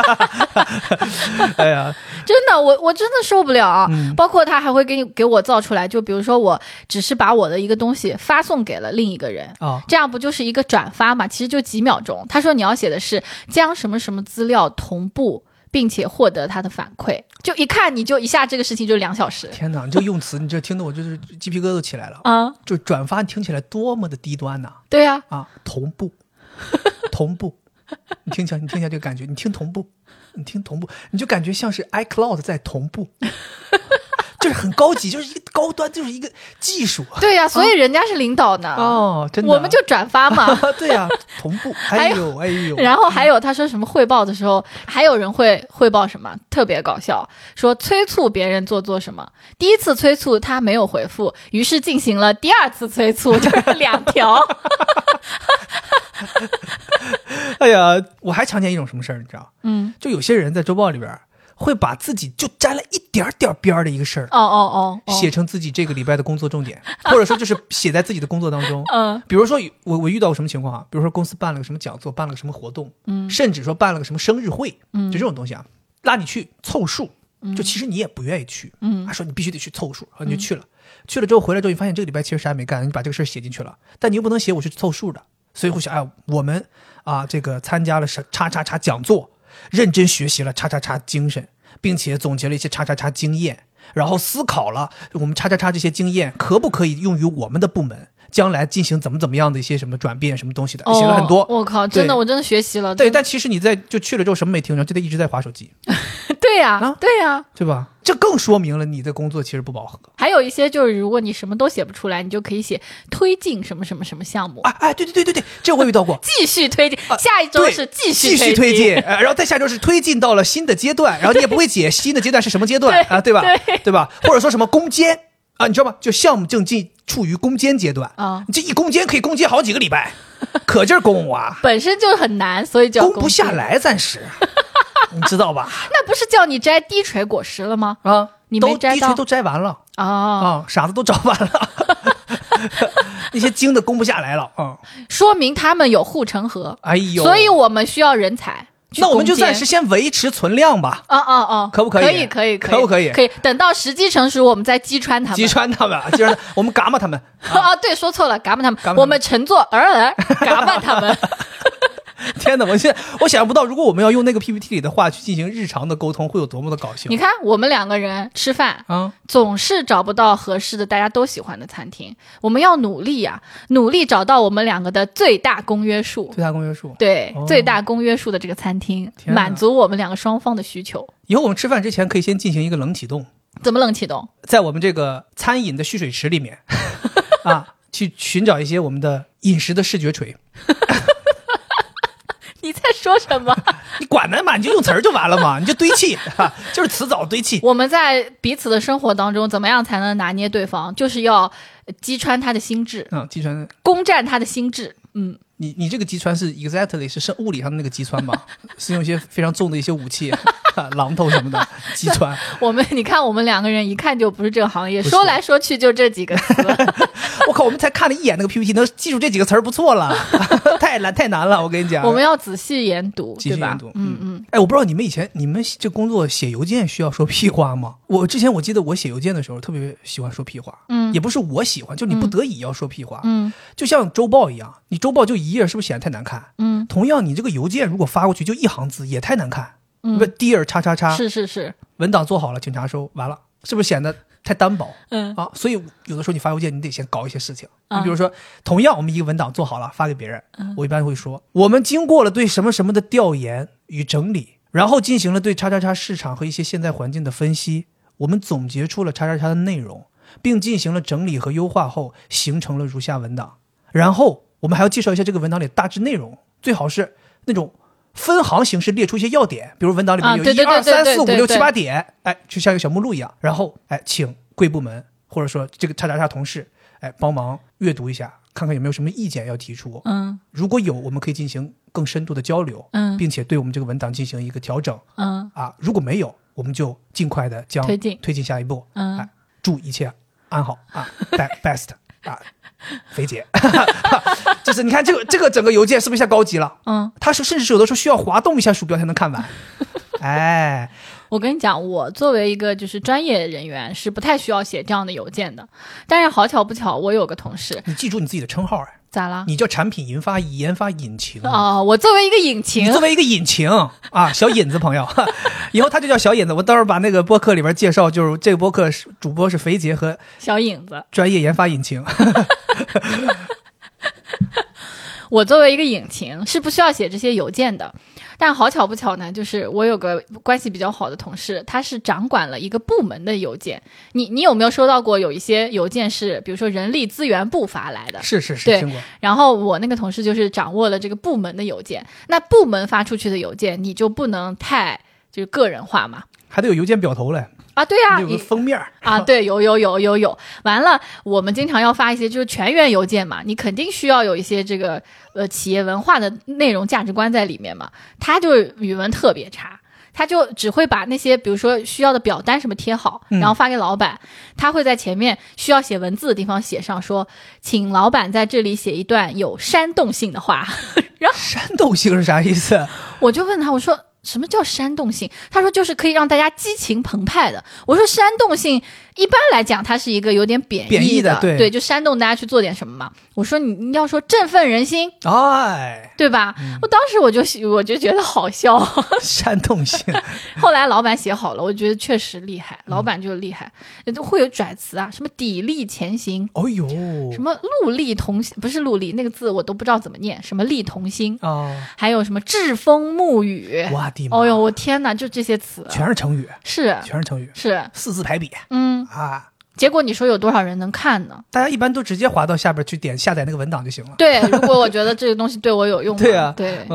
哎呀， 真的我我真的受不了啊、 嗯、 包括他还会给你给我造出来，就比如说我只是把我的一个东西发送给了另一个人、 哦、 这样不就是一个转发嘛，其实就几秒钟。他说你要写的是将什么什么资料同步并且获得他的反馈，就一看你就一下这个事情就两小时。 天哪，你这用词你这听得我就是鸡皮疙瘩都起来了啊！ 就转发听起来多么的低端呐、啊！ 对呀、 啊，啊，同步，同步，你听起来，你听一下这个感觉，你听同步，你听同步，你就感觉像是 iCloud 在同步。就是很高级，就是一个高端，就是一个技术。 对呀、啊，所以人家是领导呢。 哦，真的， 我们就转发嘛。 对呀、啊，同步。哎呦，哎呦。 然后还有他说什么汇报的时候，还有人会汇报什么，特别搞笑，说催促别人做做什么。第一次催促他没有回复，于是进行了第二次催促，就是两条。 哎呀，我还常见一种什么事儿，你知道？ 嗯， 就有些人在周报里边。会把自己就沾了一点点边儿的一个事儿， 哦哦哦， 写成自己这个礼拜的工作重点，或者说就是写在自己的工作当中。 嗯， 比如说我我遇到过什么情况啊？比如说公司办了个什么讲座，办了个什么活动，嗯，甚至说办了个什么生日会，嗯，就这种东西啊，拉你去凑数，就其实你也不愿意去，嗯，他说你必须得去凑数，然后你就去了，嗯、去了之后回来之后，你发现这个礼拜其实啥也没干，你把这个事儿写进去了，但你又不能写我是凑数的，所以会想，哎，我们啊这个参加了叉叉叉讲座，认真学习了叉叉叉精神。并且总结了一些叉叉叉经验，然后思考了我们叉叉叉这些经验可不可以用于我们的部门，将来进行怎么怎么样的一些什么转变什么东西的，写了很多。 我、哦、靠，真的我真的学习了。 对，但其实你在就去了之后什么没听着，就得一直在滑手机。 对呀、 啊， 对呀、啊， 对吧？这更说明了你的工作其实不饱和。 还有一些就是，如果你什么都写不出来，你就可以写推进什么什么什么项目。 哎哎，对对对对对，这我遇到过。 继续推进，啊、下一周是继续继续推进，呃，然后再下周是推进到了新的阶段，然后你也不会解新的阶段是什么阶段啊，对吧？ 对, 对吧？或者说什么攻坚啊，你知道吗？就项目正进处于攻坚阶段啊， 你这一攻坚可以攻坚好几个礼拜，可劲儿攻啊， 本身就很难，所以就要攻不下来，暂时，你知道吧？ 那不是叫你摘低垂果实了吗？ 啊， 你没摘到， 低垂都摘完了啊、 哦、啊，傻子都找完了，那些精的攻不下来了啊， 说明他们有护城河。 哎呦， 所以我们需要人才。 那我们就暂时先维持存量吧。 哦哦哦， 可不可以？ 可以可以可以， 可不可以？ 可以。等到时机成熟，我们再击穿他们。 击穿他们，击穿我们嘎巴他们。 啊、哦，对，说错了，嘎巴他们。 他们我们乘坐儿儿嘎巴他们。 天哪！我现在我想象不到，如果我们要用那个 P P T 里的话去进行日常的沟通，会有多么的搞笑。 你看，我们两个人吃饭啊，总是找不到合适的、大家都喜欢的餐厅。我们要努力呀、啊，努力找到我们两个的最大公约数。 最大公约数， 对、 哦， 最大公约数的这个餐厅，满足我们两个双方的需求。 以后我们吃饭之前可以先进行一个冷启动。 怎么冷启动？ 在我们这个餐饮的蓄水池里面啊，去寻找一些我们的饮食的视觉锤。 你在说什么？ 你管他嘛，你就用词儿就完了嘛，你就堆砌、啊，就是词藻堆砌。 我们在彼此的生活当中，怎么样才能拿捏对方？就是要击穿他的心智， 嗯，击穿， 攻占他的心智。嗯， 你你这个击穿是 exactly 是物理上的那个击穿吗？是用一些非常重的一些武器，榔头什么的击穿。 我们你看，我们两个人一看就不是这个行业，说来说去就这几个词。 我靠，我们才看了一眼那个 P P T， 能记住这几个词儿不错了，太难太难了，我跟你讲。 我们要仔细研读， 仔细研读， 嗯嗯。 哎，我不知道你们以前你们这工作写邮件需要说屁话吗？我之前我记得我写邮件的时候特别喜欢说屁话， 嗯， 也不是我喜欢，就你不得已要说屁话， 嗯， 就像周报一样，你周报就一页，是不是显得太难看？ 嗯， 同样你这个邮件如果发过去就一行字，也太难看。嗯，不 ，Dear 叉叉叉， 是是是， 文档做好了，请查收，完了，是不是显得太单薄？ 嗯啊，所以有的时候你发邮件，你得先搞一些事情。 嗯、 你比如说，同样我们一个文档做好了发给别人，嗯、我一般会说，我们经过了对什么什么的调研与整理，然后进行了对叉叉叉市场和一些现在环境的分析，我们总结出了叉叉叉的内容，并进行了整理和优化后，形成了如下文档。然后我们还要介绍一下这个文档里大致内容，最好是那种分行形式列出一些要点，比如文档里面有一二三四五六七八点，哎，就像一个小目录一样。然后，哎，请贵部门或者说这个叉叉叉同事，哎，帮忙阅读一下，看看有没有什么意见要提出。 嗯， 如果有，我们可以进行更深度的交流， 嗯， 并且对我们这个文档进行一个调整。 嗯， 啊，如果没有，我们就尽快的将推进推进下一步。 嗯， 哎，祝一切安好啊 ，best 啊。肥姐，就是你看这个这个整个邮件是不是一下高级了？嗯，它是甚至是有的时候需要滑动一下鼠标才能看完。哎， 我跟你讲，我作为一个就是专业人员，是不太需要写这样的邮件的。但是好巧不巧，我有个同事， 你记住你自己的称号哎， 咋了？ 你叫产品研发研发引擎哦，我作为一个引擎， 你作为一个引擎啊，小引子朋友，以后他就叫小引子。我到时候把那个播客里边介绍，就是这个播客主播是肥杰和小引子， 专业研发引擎。 我作为一个引擎是不需要写这些邮件的，但好巧不巧呢，就是我有个关系比较好的同事，他是掌管了一个部门的邮件。你你有没有收到过有一些邮件是比如说人力资源部发来的？ 是是是， 对， 听过。 然后我那个同事就是掌握了这个部门的邮件，那部门发出去的邮件你就不能太就是个人化嘛， 还得有邮件表头嘞。 啊，对啊， 有个封面啊，对，有有有有有。完了，我们经常要发一些就是全员邮件嘛，你肯定需要有一些这个呃企业文化的内容价值观在里面嘛。他就是语文特别差，他就只会把那些比如说需要的表单什么贴好，然后发给老板。嗯、他会在前面需要写文字的地方写上说，请老板在这里写一段有煽动性的话。然后煽动性是啥意思？ 我就问他，我说。什么叫煽动性？他说就是可以让大家激情澎湃的。我说煽动性一般来讲它是一个有点贬义的， 贬义的，对对，就煽动大家去做点什么嘛。我说你你要说振奋人心， 哎， 对吧？嗯、我当时我就我就觉得好笑， 煽动性。 后来老板写好了，我觉得确实厉害，老板就厉害，都、嗯、会有拽词啊，什么砥砺前行， 哦呦， 什么戮力同心，不是戮力那个字我都不知道怎么念，什么力同心哦， 还有什么栉风沐雨， 哇的妈！ 哦呦，我天哪，就这些词， 全是成语， 是全是成语， 是四字排比， 嗯啊。 结果你说有多少人能看呢？ 大家一般都直接滑到下边去点下载那个文档就行了。 对，如果我觉得这个东西对我有用， 对啊， 对， 嗯，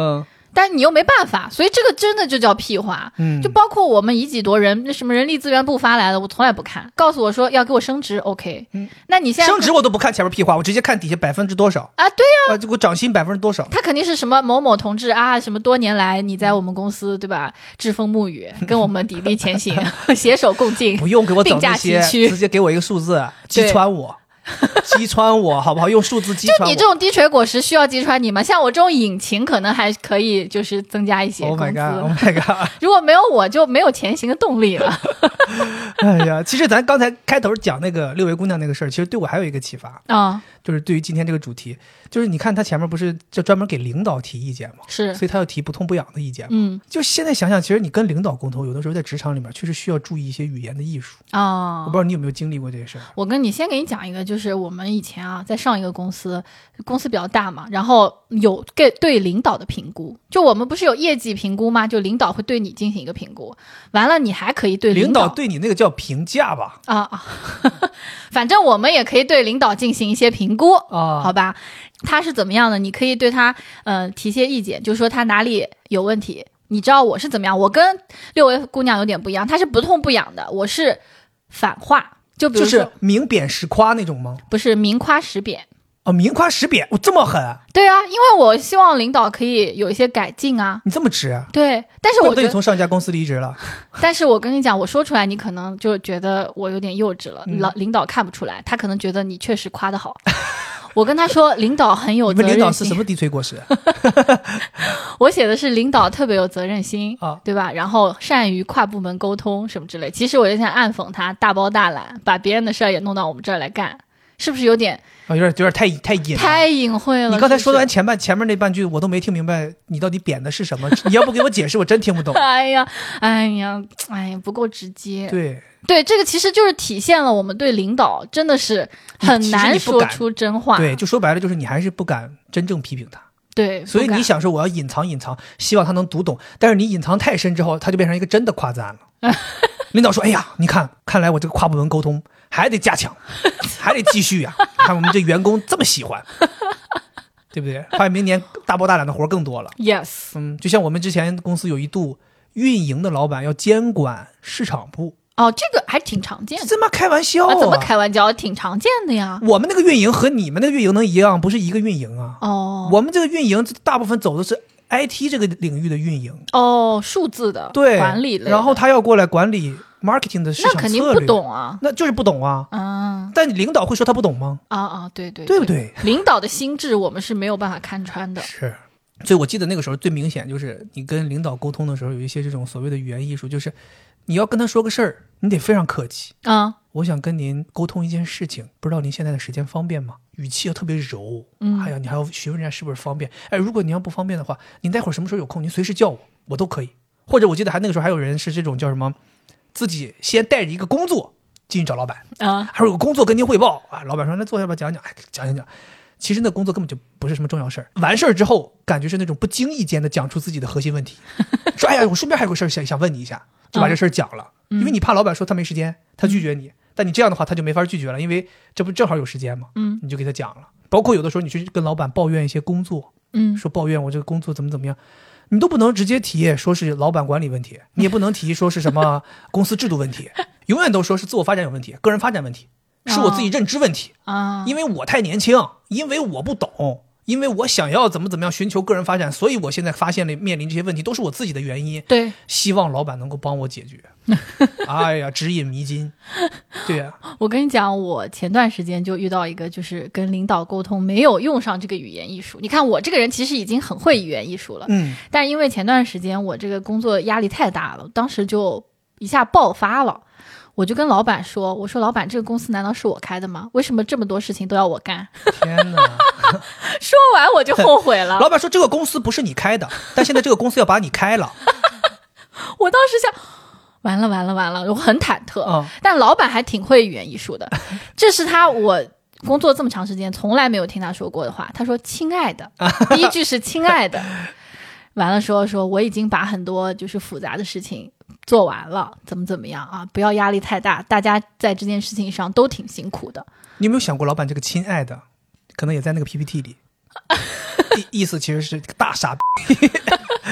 但是你又没办法，所以这个真的就叫屁话。 嗯， 就包括我们以己夺人，那什么人力资源部发来的，我从来不看。告诉我说要给我升职 ，OK，嗯，那你现在升职我都不看前面屁话，我直接看底下百分之多少啊？对呀、 啊，就给我涨薪百分之多少？ 他肯定是什么某某同志啊，什么多年来你在我们公司对吧，栉风沐雨，跟我们砥砺前行，携手共进， 不用给我整并驾这些， 齐驱直接给我一个数字，击穿我。击穿我好不好？用数字击穿我。 就你这种低垂果实需要击穿你吗？像我这种引擎可能还可以，就是增加一些工资。 Oh my god! Oh my god! 如果没有我就没有前行的动力了。 哎呀，其实咱刚才开头讲那个六维姑娘那个事儿，其实对我还有一个启发啊、哦， 就是对于今天这个主题，就是你看他前面不是就专门给领导提意见吗？ 是， 所以他要提不痛不痒的意见嘛。 嗯， 就现在想想，其实你跟领导沟通，有的时候在职场里面确实需要注意一些语言的艺术啊、哦。 我不知道你有没有经历过这个事儿。 我跟你先给你讲一个，就是我们以前啊，在上一个公司，公司比较大嘛，然后有对对领导的评估，就我们不是有业绩评估吗？就领导会对你进行一个评估，完了你还可以对领导对你那个叫评价吧？ 啊啊，反正我们也可以对领导进行一些评估啊， 好吧？他是怎么样的？你可以对他呃提些意见，就是说他哪里有问题。你知道我是怎么样？我跟六维姑娘有点不一样，她是不痛不痒的，我是反话。就比如说， 就是明贬实夸那种吗？ 不是明夸实贬。 哦，明夸实贬，我这么狠？ 对啊，因为我希望领导可以有一些改进啊。 你这么直？ 对，但是我觉得你从上一家公司离职了。 但是我跟你讲，我说出来你可能就觉得我有点幼稚了， 嗯、 老领导看不出来，他可能觉得你确实夸得好。我跟他说，领导很有责任心。 你们领导是什么低垂果实？ 我写的是领导特别有责任心啊， 对吧？然后善于跨部门沟通什么之类。其实我就想暗讽他大包大揽，把别人的事儿也弄到我们这儿来干，是不是有点？ 啊、哦，有点有点太太隐太隐晦了。 你刚才说完前半前面那半句，我都没听明白，你到底贬的是什么？你要不给我解释，我真听不懂。 哎呀，哎呀，哎呀，不够直接。 对。 对，这个其实就是体现了我们对领导真的是很难说出真话。 对，就说白了就是你还是不敢真正批评他。 对， 所以你想说我要隐藏隐藏，希望他能读懂，但是你隐藏太深之后，他就变成一个真的夸赞了。领导说：“哎呀，你看，看来我这个跨部门沟通还得加强，还得继续啊！看我们这员工这么喜欢，对不对？发现明年大包大揽的活更多了。” Yes， 嗯，就像我们之前公司有一度运营的老板要监管市场部。 哦，这个还挺常见的。 这么开玩笑啊？ 怎么开玩笑？挺常见的呀。 我们那个运营和你们那个运营能一样，不是一个运营啊。 哦， 我们这个运营大部分走的是 I T 这个领域的运营。 哦，数字的对管理类。 然后他要过来管理 marketing 的市场策略， 那肯定不懂啊。 那就是不懂啊。 嗯。 但领导会说他不懂吗？ 啊啊，对对， 对不对？ 领导的心智我们是没有办法看穿的。 是。所以我记得那个时候最明显就是你跟领导沟通的时候有一些这种所谓的语言艺术，就是你要跟他说个事儿，你得非常客气啊、嗯。 我想跟您沟通一件事情，不知道您现在的时间方便吗？语气要特别柔。 嗯， 哎呀，你还要询问人家是不是方便。哎，如果您要不方便的话，您待会儿什么时候有空，您随时叫我，我都可以。或者我记得还那个时候还有人是这种叫什么，自己先带着一个工作进去找老板啊， 还有个工作跟您汇报啊。老板说那坐下吧，讲讲，哎，讲讲讲。其实那工作根本就不是什么重要事儿，完事儿之后感觉是那种不经意间的讲出自己的核心问题，说哎呀，我顺便还有个事儿想想问你一下，就把这事儿讲了、嗯。因为你怕老板说他没时间，他拒绝你、嗯，但你这样的话他就没法拒绝了，因为这不正好有时间吗？ 嗯， 你就给他讲了。包括有的时候你去跟老板抱怨一些工作， 嗯， 说抱怨我这个工作怎么怎么样，你都不能直接提说是老板管理问题，你也不能提说是什么公司制度问题，永远都说是自我发展有问题，个人发展问题。是我自己认知问题啊、哦， 因为我太年轻，因为我不懂，因为我想要怎么怎么样寻求个人发展，所以我现在发现了面临这些问题都是我自己的原因。 对， 希望老板能够帮我解决。哎呀，指引迷津。对呀、 啊，我跟你讲，我前段时间就遇到一个，就是跟领导沟通没有用上这个语言艺术。你看我这个人其实已经很会语言艺术了， 嗯， 但是因为前段时间我这个工作压力太大了，当时就一下爆发了。我就跟老板说，我说老板，这个公司难道是我开的吗？为什么这么多事情都要我干？ 天哪！ 说完我就后悔了。 老板说这个公司不是你开的，但现在这个公司要把你开了。 我当时想，完了完了完了，我很忐忑、 嗯、 但老板还挺会语言艺术的，这是他我工作这么长时间从来没有听他说过的话。他说亲爱的，第一句是亲爱的，完了说说我已经把很多就是复杂的事情做完了，怎么怎么样啊，不要压力太大，大家在这件事情上都挺辛苦的。 你有没有想过老板这个亲爱的可能也在那个 P P T 里意意思其实是大傻逼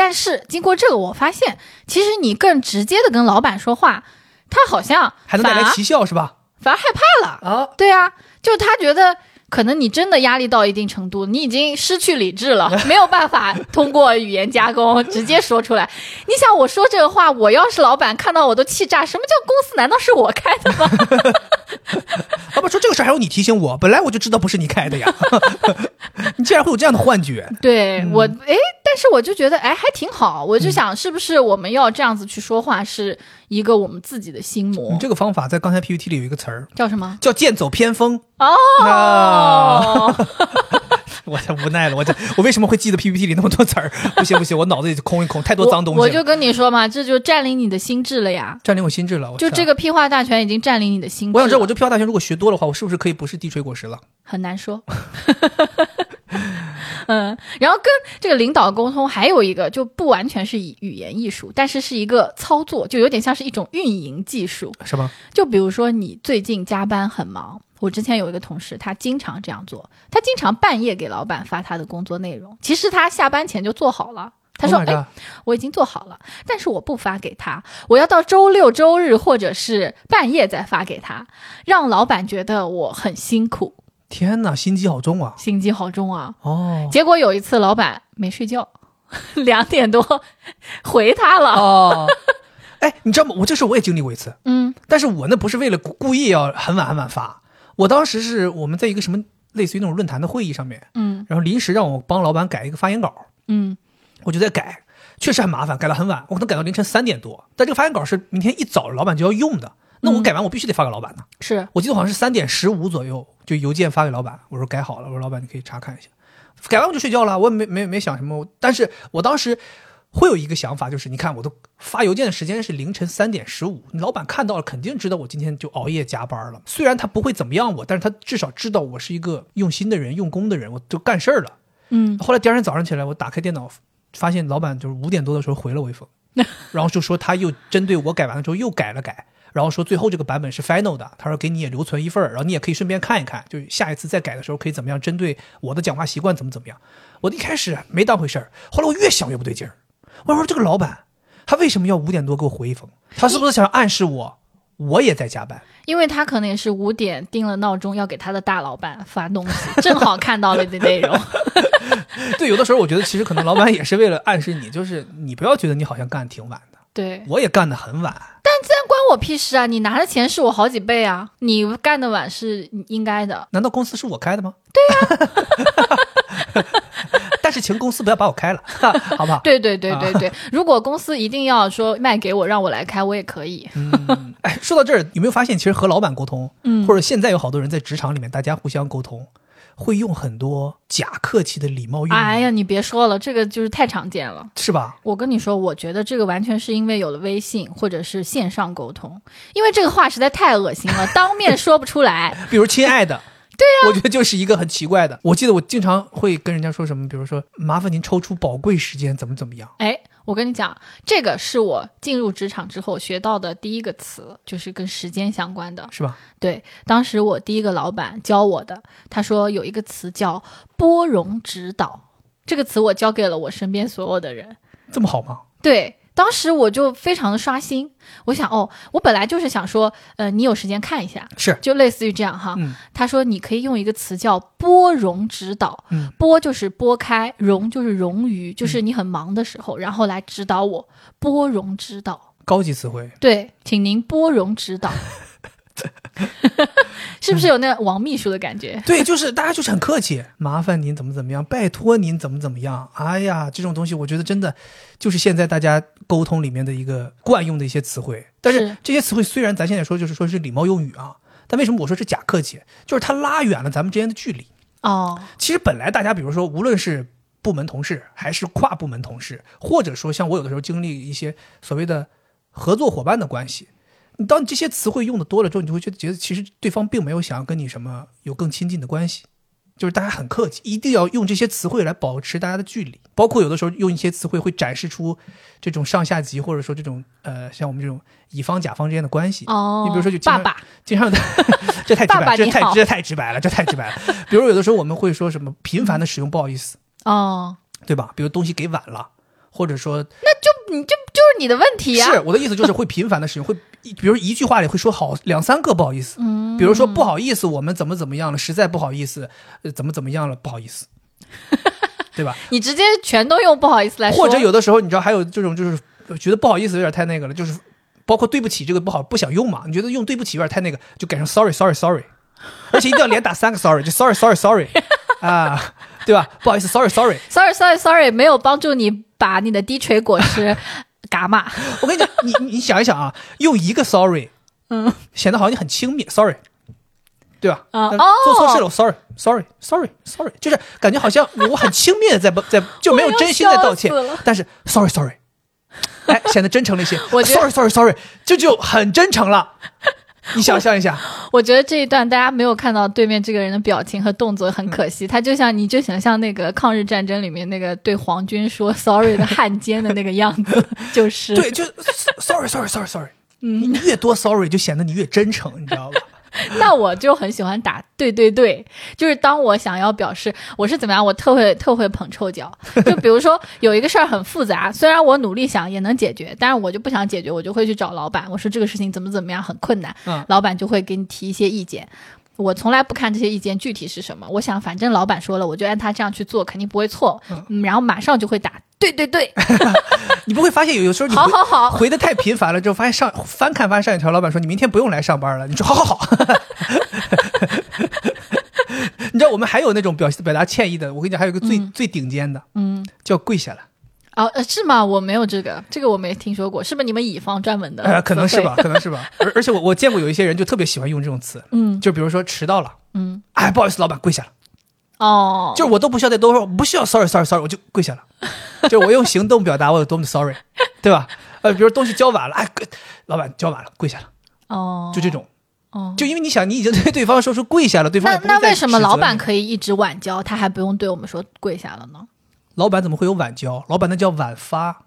但是经过这个，我发现其实你更直接的跟老板说话，他好像还能带来奇效是吧？ 反而害怕了啊！ 对啊，就他觉得可能你真的压力到一定程度，你已经失去理智了，没有办法通过语言加工直接说出来。你想我说这个话，我要是老板看到我都气炸，什么叫公司难道是我开的吗？ 老板说这个事儿还有你提醒我，本来我就知道不是你开的呀。你竟然会有这样的幻觉。 对、 嗯、 我诶但是我就觉得哎还挺好，我就想是不是我们要这样子去说话是一个我们自己的心魔。 你这个方法在刚才 P P T 里有一个词儿叫什么？ 叫剑走偏锋。 哦、 啊我太无奈了，我这我为什么会记得 P P T 里那么多词儿？不行不行，我脑子里空一空，太多脏东西了。 我, 我就跟你说嘛，这就占领你的心智了呀， 占领我心智了。 就这个屁话大全已经占领你的心智了。 我想知道，我这屁话大全如果学多的话，我是不是可以不是地吹果实了？ 很难说。嗯，然后跟这个领导沟通还有一个就不完全是以语言艺术，但是是一个操作，就有点像是一种运营技术。 是吗？ 就比如说你最近加班很忙，我之前有一个同事，他经常这样做，他经常半夜给老板发他的工作内容，其实他下班前就做好了。他说、oh 哎，我已经做好了，但是我不发给他，我要到周六周日或者是半夜再发给他，让老板觉得我很辛苦。 天哪，心机好重啊！ 心机好重啊！ 哦， 结果有一次老板没睡觉，两点多回他了。 哦，哎，你知道吗？我这事我也经历过一次。 嗯， 但是我那不是为了故意要很晚很晚发，我当时是我们在一个什么类似于那种论坛的会议上面， 嗯， 然后临时让我帮老板改一个发言稿， 嗯， 我就在改，确实很麻烦，改到很晚，我可能改到凌晨三点多，但这个发言稿是明天一早老板就要用的。那我改完我必须得发给老板呢、嗯、 是我记得好像是三点十五左右就邮件发给老板，我说改好了，我说老板你可以查看一下，改完我就睡觉了，我也没没没想什么。但是我当时会有一个想法，就是你看我都发邮件的时间是凌晨三点十五，你老板看到了肯定知道我今天就熬夜加班了，虽然他不会怎么样我，但是他至少知道我是一个用心的人用功的人，我就干事儿了。 嗯， 后来第二天早上起来我打开电脑发现老板就是五点多的时候回了我一封然后就说他又针对我改完了之后又改了改，然后说最后这个版本是 final 的，他说给你也留存一份，然后你也可以顺便看一看，就下一次再改的时候可以怎么样针对我的讲话习惯怎么怎么样。我一开始没当回事儿，后来我越想越不对劲儿，我说这个老板他为什么要五点多给我回一封？他是不是想暗示我我也在加班？ 因为他可能也是五点定了闹钟要给他的大老板发东西，正好看到了的内容。 对，有的时候我觉得其实可能老板也是为了暗示你，就是你不要觉得你好像干挺晚的， 对， 我也干得很晚， 但这关我屁事啊！你拿的钱是我好几倍啊，你干得晚是应该的。 难道公司是我开的吗？ 对呀、啊。 但是请公司不要把我开了，好不好？ 对对对对对，啊、如果公司一定要说卖给我让我来开，我也可以。 嗯，哎，说到这儿，有没有发现其实和老板沟通，嗯，或者现在有好多人在职场里面大家互相沟通会用很多假客气的礼貌用语。 哎呀，你别说了，这个就是太常见了， 是吧？我跟你说，我觉得这个完全是因为有了微信或者是线上沟通，因为这个话实在太恶心了，当面说不出来。 比如亲爱的。 对啊， 我觉得就是一个很奇怪的。我记得我经常会跟人家说什么，比如说麻烦您抽出宝贵时间怎么怎么样。 哎，我跟你讲，这个是我进入职场之后学到的第一个词，就是跟时间相关的， 是吧？ 对，当时我第一个老板教我的，他说有一个词叫拨容指导，这个词我教给了我身边所有的人。 这么好吗？ 对，当时我就非常的刷新，我想哦，我本来就是想说，呃，你有时间看一下， 是， 就类似于这样哈。 嗯、 他说你可以用一个词叫拨容指导， 嗯、 拨就是拨开，容就是冗余，就是你很忙的时候，嗯、然后来指导我，拨容指导， 高级词汇。 对，请您拨容指导。是不是有那王秘书的感觉？ 对，就是大家就是很客气，麻烦您怎么怎么样，拜托您怎么怎么样。哎呀，这种东西我觉得真的就是现在大家沟通里面的一个惯用的一些词汇。但是这些词汇虽然咱现在说就是说是礼貌用语啊，但为什么我说是假客气？就是它拉远了咱们之间的距离。 哦， 其实本来大家比如说无论是部门同事还是跨部门同事，或者说像我有的时候经历一些所谓的合作伙伴的关系，你当你这些词汇用的多了之后，你就会觉得觉得其实对方并没有想要跟你什么有更亲近的关系，就是大家很客气，一定要用这些词汇来保持大家的距离。包括有的时候用一些词汇会展示出这种上下级或者说这种呃像我们这种乙方甲方之间的关系。 哦， 你比如说就爸爸， 经常这太直白， 爸爸这太这太直白了，这太直白了。比如有的时候我们会说什么频繁的使用不好意思， 哦， 对吧？比如东西给晚了。 或者说那就你就就是你的问题啊。 是我的意思就是会频繁的使用，会比如一句话里会说好两三个不好意思，嗯，比如说不好意思，我们怎么怎么样了，实在不好意思，呃怎么怎么样了，不好意思，对吧？ 你直接全都用不好意思来说， 或者有的时候你知道还有这种就是觉得不好意思有点太那个了，就是包括对不起这个不好不想用嘛，你觉得用对不起有点太那个，就改成 sorry sorry sorry， 而且一定要连打三个 sorry， 就 sorry sorry sorry 啊，对吧？不好意思 sorry sorry sorry sorry sorry 没有帮助你把你的低垂果实嘎嘛。 我跟你讲，你你想一想啊，用一个 sorry， 嗯，显得好像你很轻蔑 sorry， 对吧？ 啊、 呃、做错事了、哦、sorry sorry sorry sorry， 就是感觉好像我很轻蔑的在在就没有真心的道歉，但是 sorry sorry， 哎，显得真诚了一些。我 sorry sorry sorry， 这就很真诚了。你想象一下， 我觉得这一段大家没有看到对面这个人的表情和动作，很可惜。嗯、他就像你就想象那个抗日战争里面那个对皇军说 sorry 的汉奸的那个样子，就是对，就 sorry sorry sorry sorry， 嗯，你越多 sorry 就显得你越真诚，你知道吧？ 那我就很喜欢打对对对，就是当我想要表示我是怎么样，我特会特会捧臭脚。就比如说有一个事儿很复杂，虽然我努力想也能解决，但是我就不想解决，我就会去找老板，我说这个事情怎么怎么样很困难，嗯，老板就会给你提一些意见。我从来不看这些意见具体是什么，我想反正老板说了，我就按他这样去做，肯定不会错。嗯，然后马上就会打对对对。 你不会发现有有时候你好好好回的太频繁了之后，发现上翻看翻上一条，老板说你明天不用来上班了，你说好好好。你知道我们还有那种表表达歉意的，我跟你讲，还有一个最、嗯、最顶尖的，嗯，叫跪下来。 哦，是吗？我没有这个，这个我没听说过，是不是你们乙方专门的？ 呃，可能是吧，可能是吧。而而且我我见过有一些人就特别喜欢用这种词，嗯，就比如说迟到了，嗯，哎，不好意思，老板跪下了。 哦， 就是我都不需要再多说，不需要 sorry sorry sorry， 我就跪下了。就是我用行动表达我有多么的 sorry， 对吧？呃，比如东西交晚了，哎，老板交晚了，跪下了。哦，就这种。哦，就因为你想，你已经对对方说出跪下了，对方也不会再指责你。 那那为什么老板可以一直晚交，他还不用对我们说跪下了呢？ 老板怎么会有晚交？老板那叫晚发。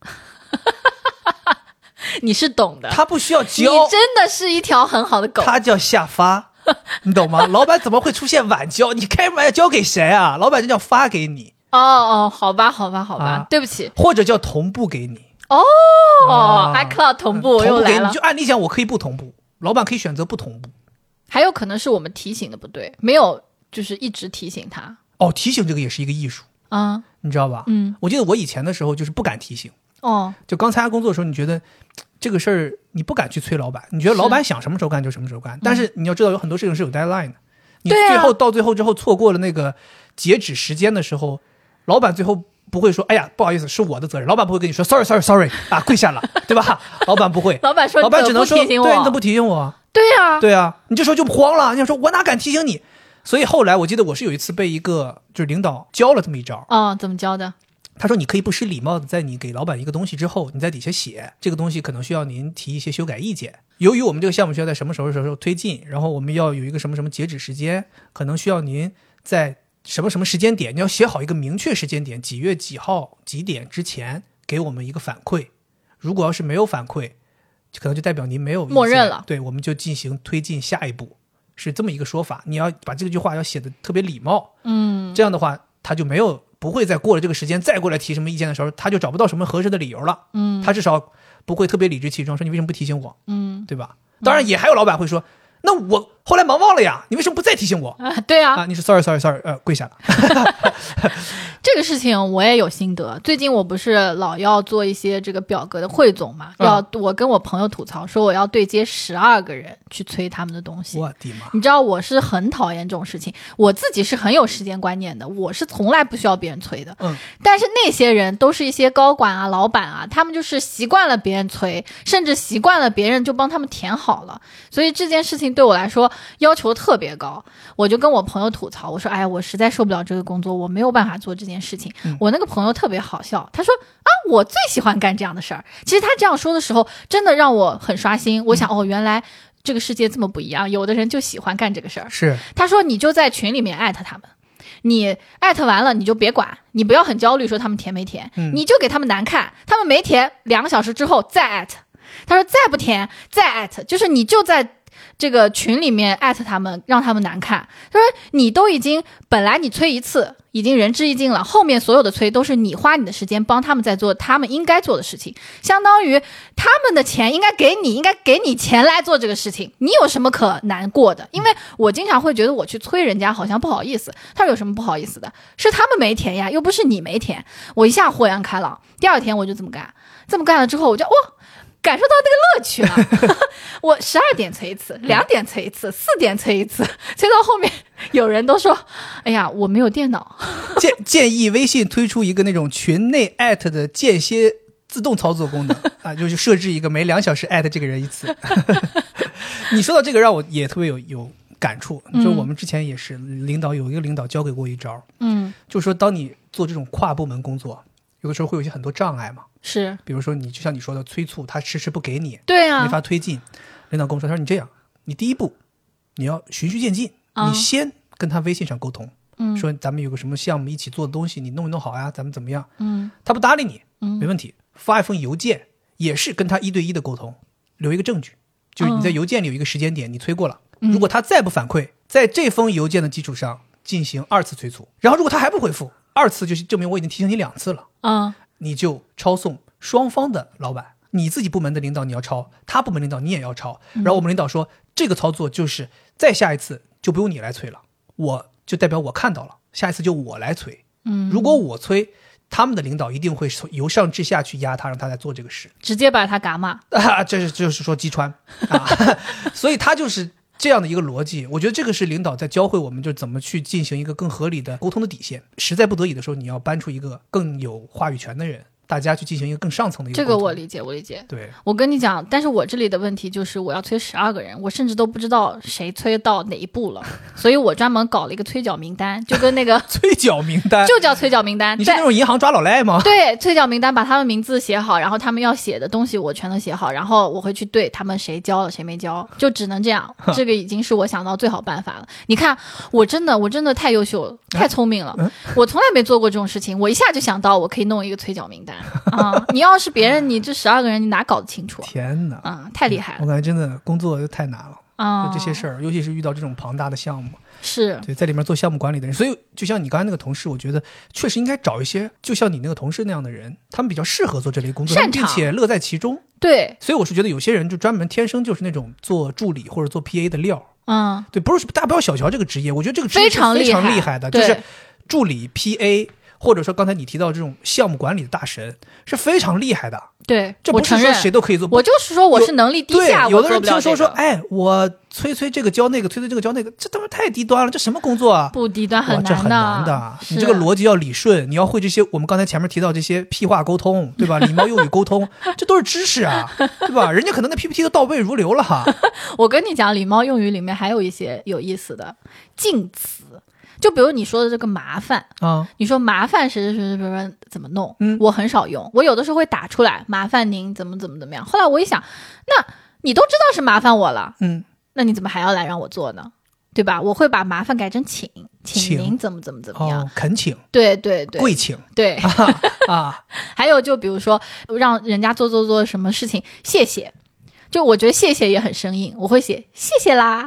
你是懂的， 他不需要交， 你真的是一条很好的狗。 他叫下发，你懂吗？老板怎么会出现晚交？你开玩笑交给谁啊？老板这叫发给你。 哦哦，好吧，好吧，好吧，啊、对不起。 或者叫同步给你。 哦、啊、，iCloud 同步，我又来了。 同步给你，就按理讲，我可以不同步，老板可以选择不同步。 还有可能是我们提醒的不对，没有就是一直提醒他。 哦，提醒这个也是一个艺术啊， 你知道吧？嗯，我记得我以前的时候就是不敢提醒。 哦， 就刚参加工作的时候，你觉得这个事儿你不敢去催老板，你觉得老板想什么时候干就什么时候干，但是你要知道有很多事情是有 deadline 的，你最后到最后之后错过了那个截止时间的时候，老板最后不会说哎呀不好意思是我的责任，老板不会跟你说 sorry sorry sorry 啊跪下了，对吧？老板不会， 老板说老板只能说对， 你怎么不提醒我？ 对呀、啊， 对啊，你这时候就慌了，你想说我哪敢提醒你？所以后来我记得我是有一次被一个就是领导教了这么一招。 哦，怎么教的？ 他说你可以不失礼貌的在你给老板一个东西之后，你在底下写这个东西可能需要您提一些修改意见，由于我们这个项目需要在什么时候时候推进，然后我们要有一个什么什么截止时间，可能需要您在什么什么时间点，你要写好一个明确时间点，几月几号几点之前给我们一个反馈，如果要是没有反馈可能就代表您没有意见， 默认了， 对，我们就进行推进下一步，是这么一个说法。你要把这句话要写的特别礼貌，嗯，这样的话他就没有不会再过了这个时间再过来提什么意见的时候，他就找不到什么合适的理由了，嗯，他至少不会特别理直气壮说你为什么不提醒我，嗯，对吧？当然也还有老板会说，那我后来忙忘了呀，你为什么不再提醒我？ 啊，对啊， 啊，你是 sorry sorry sorry， 呃，跪下了。 这个事情我也有心得。最近我不是老要做一些这个表格的汇总嘛，嗯、要我跟我朋友吐槽说我要对接十二个人去催他们的东西。 我的妈！ 你知道我是很讨厌这种事情，我自己是很有时间观念的，我是从来不需要别人催的。嗯，但是那些人都是一些高管啊、老板啊，他们就是习惯了别人催，甚至习惯了别人就帮他们填好了，所以这件事情对我来说要求特别高。我就跟我朋友吐槽，我说：“哎，我实在受不了这个工作，我没有办法做这件事情。嗯”我那个朋友特别好笑，他说：“啊，我最喜欢干这样的事儿。”其实他这样说的时候，真的让我很刷新。我想，哦，原来这个世界这么不一样，有的人就喜欢干这个事儿。 是， 他说你就在群里面艾特他们，你艾特完了你就别管，你不要很焦虑说他们填没填，嗯、你就给他们难看，他们没填，两个小时之后再艾特。他说再不填再艾特，就是你就在这个群里面艾特他们，让他们难看。他说你都已经本来你催一次已经仁至义尽了，后面所有的催都是你花你的时间帮他们在做他们应该做的事情，相当于他们的钱应该给你，应该给你钱来做这个事情，你有什么可难过的？因为我经常会觉得我去催人家好像不好意思，他说有什么不好意思的，是他们没填呀，又不是你没填。我一下豁然开朗，第二天我就这么干，这么干了之后我就哇感受到那个乐趣了。我十二点催一次，两点催一次，四点催一次，催到后面有人都说哎呀我没有电脑。 建建议微信推出一个那种群内艾特的间歇自动操作功能啊，就是设置一个每两小时艾特这个人一次。你说到这个让我也特别有有感触，就我们之前也是领导有一个领导教给过一招，嗯，就是说当你做这种跨部门工作，有的时候会有一些很多障碍嘛， 是， 比如说你就像你说的催促，他迟迟不给你， 对啊， 没法推进。领导跟我说，他说你这样，你第一步你要循序渐进，嗯、你先跟他微信上沟通，嗯，说咱们有个什么项目一起做的东西，你弄一弄好呀，咱们怎么样？嗯，他不搭理你，嗯，没问题，发一封邮件，也是跟他一对一的沟通，留一个证据，就是你在邮件里有一个时间点，你催过了，嗯、如果他再不反馈，在这封邮件的基础上进行二次催促，然后如果他还不回复，二次就是证明我已经提醒你两次了，嗯，你就抄送双方的老板，你自己部门的领导你要抄，他部门领导你也要抄，然后我们领导说、嗯、这个操作就是再下一次就不用你来催了，我就代表我看到了，下一次就我来催，嗯，如果我催，他们的领导一定会由上至下去压他，让他来做这个事， 直接把他嘎骂啊，这是就是说击穿啊，所以他就是这样的一个逻辑。我觉得这个是领导在教会我们就怎么去进行一个更合理的沟通的底线，实在不得已的时候你要搬出一个更有话语权的人，大家去进行一个更上层的一个沟通。 这个我理解我理解。 对， 我跟你讲，但是我这里的问题就是我要催十二个人，我甚至都不知道谁催到哪一步了，所以我专门搞了一个催缴名单，就跟那个催缴名单就叫催缴名单。 你是那种银行抓老赖吗？ 对，催缴名单把他们名字写好，然后他们要写的东西我全都写好，然后我会去对他们谁交了谁没交，就只能这样。这个已经是我想到最好办法了。你看我真的我真的太优秀了，太聪明了、嗯、我从来没做过这种事情，我一下就想到我可以弄一个催缴名单啊！你要是别人，你这十二个人你哪搞得清楚、啊、 天哪啊、嗯，太厉害了！ 我感觉真的工作太难了啊、嗯！就这些事儿，尤其是遇到这种庞大的项目， 是对在里面做项目管理的人，所以就像你刚才那个同事，我觉得确实应该找一些就像你那个同事那样的人，他们比较适合做这类工作，并且乐在其中。 对， 所以我是觉得有些人就专门天生就是那种做助理或者做 P A 的料。 嗯， 对，不是大家不要小瞧这个职业，我觉得这个职业是非常厉害的，就是助理 P A。或者说刚才你提到这种项目管理的大神是非常厉害的， 对， 这不是说谁都可以做， 我就是说我是能力低下， 对，有的人听说说，哎，我催催这个交那个，催催这个交那个，这他妈太低端了，这什么工作啊？ 不低端，很难的， 这很难的。你这个逻辑要理顺，你要会这些，我们刚才前面提到这些屁话沟通，对吧？礼貌用语沟通，这都是知识啊，对吧？人家可能那 P P T 都倒背如流了哈。 我跟你讲，礼貌用语里面还有一些有意思的敬词。就比如你说的这个麻烦啊，你说麻烦谁谁谁谁怎么弄，嗯，我很少用，我有的时候会打出来，麻烦您怎么怎么怎么样。后来我一想，那你都知道是麻烦我了，嗯，那你怎么还要来让我做呢？对吧？我会把麻烦改成请，请您怎么怎么怎么样， 哦、恳请， 对对对， 跪请， 对啊, 啊。 还有就比如说让人家做做做什么事情，谢谢，就我觉得谢谢也很生硬，我会写谢谢啦。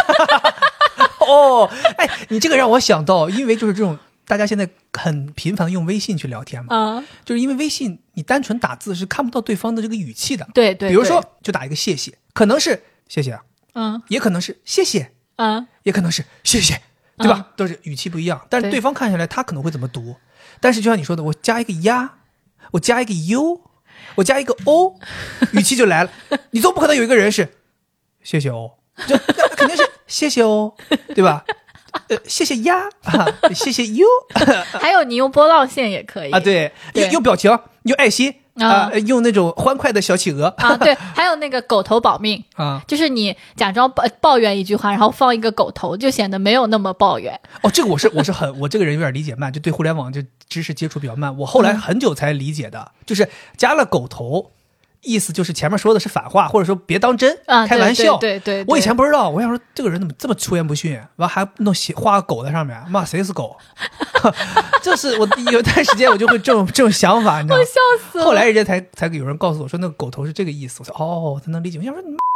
哦，哎，你这个让我想到，因为就是这种大家现在很频繁的用微信去聊天嘛，嗯，就是因为微信你单纯打字是看不到对方的这个语气的， 对 对, 对， 比如说就打一个谢谢，可能是谢谢啊，嗯，也可能是谢谢，嗯，也可能是谢谢，对吧？嗯、都是语气不一样，但是对方看下来他可能会怎么读，但是就像你说的，我加一个呀，我加一个 u， 我加一个 o， 语气就来了，你总不可能有一个人是谢谢哦，就肯定是。谢谢哦，对吧？呃，谢谢呀，啊、谢谢 you， 还有你用波浪线也可以啊，对，用用表情，用爱心啊、呃，用那种欢快的小企鹅啊，对，还有那个狗头保命啊，就是你假装抱抱怨一句话，然后放一个狗头，就显得没有那么抱怨。 哦，这个我是我是很我这个人有点理解慢，就对互联网就知识接触比较慢，我后来很久才理解的，嗯、就是加了狗头。意思就是前面说的是反话，或者说别当真、啊、开玩笑。 对 对, 对, 对, 对， 我以前不知道，我想说这个人怎么这么出言不逊，完还弄写画个狗在上面，骂谁是狗？就是我有段时间我就会这种这种想法，你知道吗？ 我笑死了。 后来人家才才有人告诉我说那个狗头是这个意思，我说哦，他能理解。我想说你妈的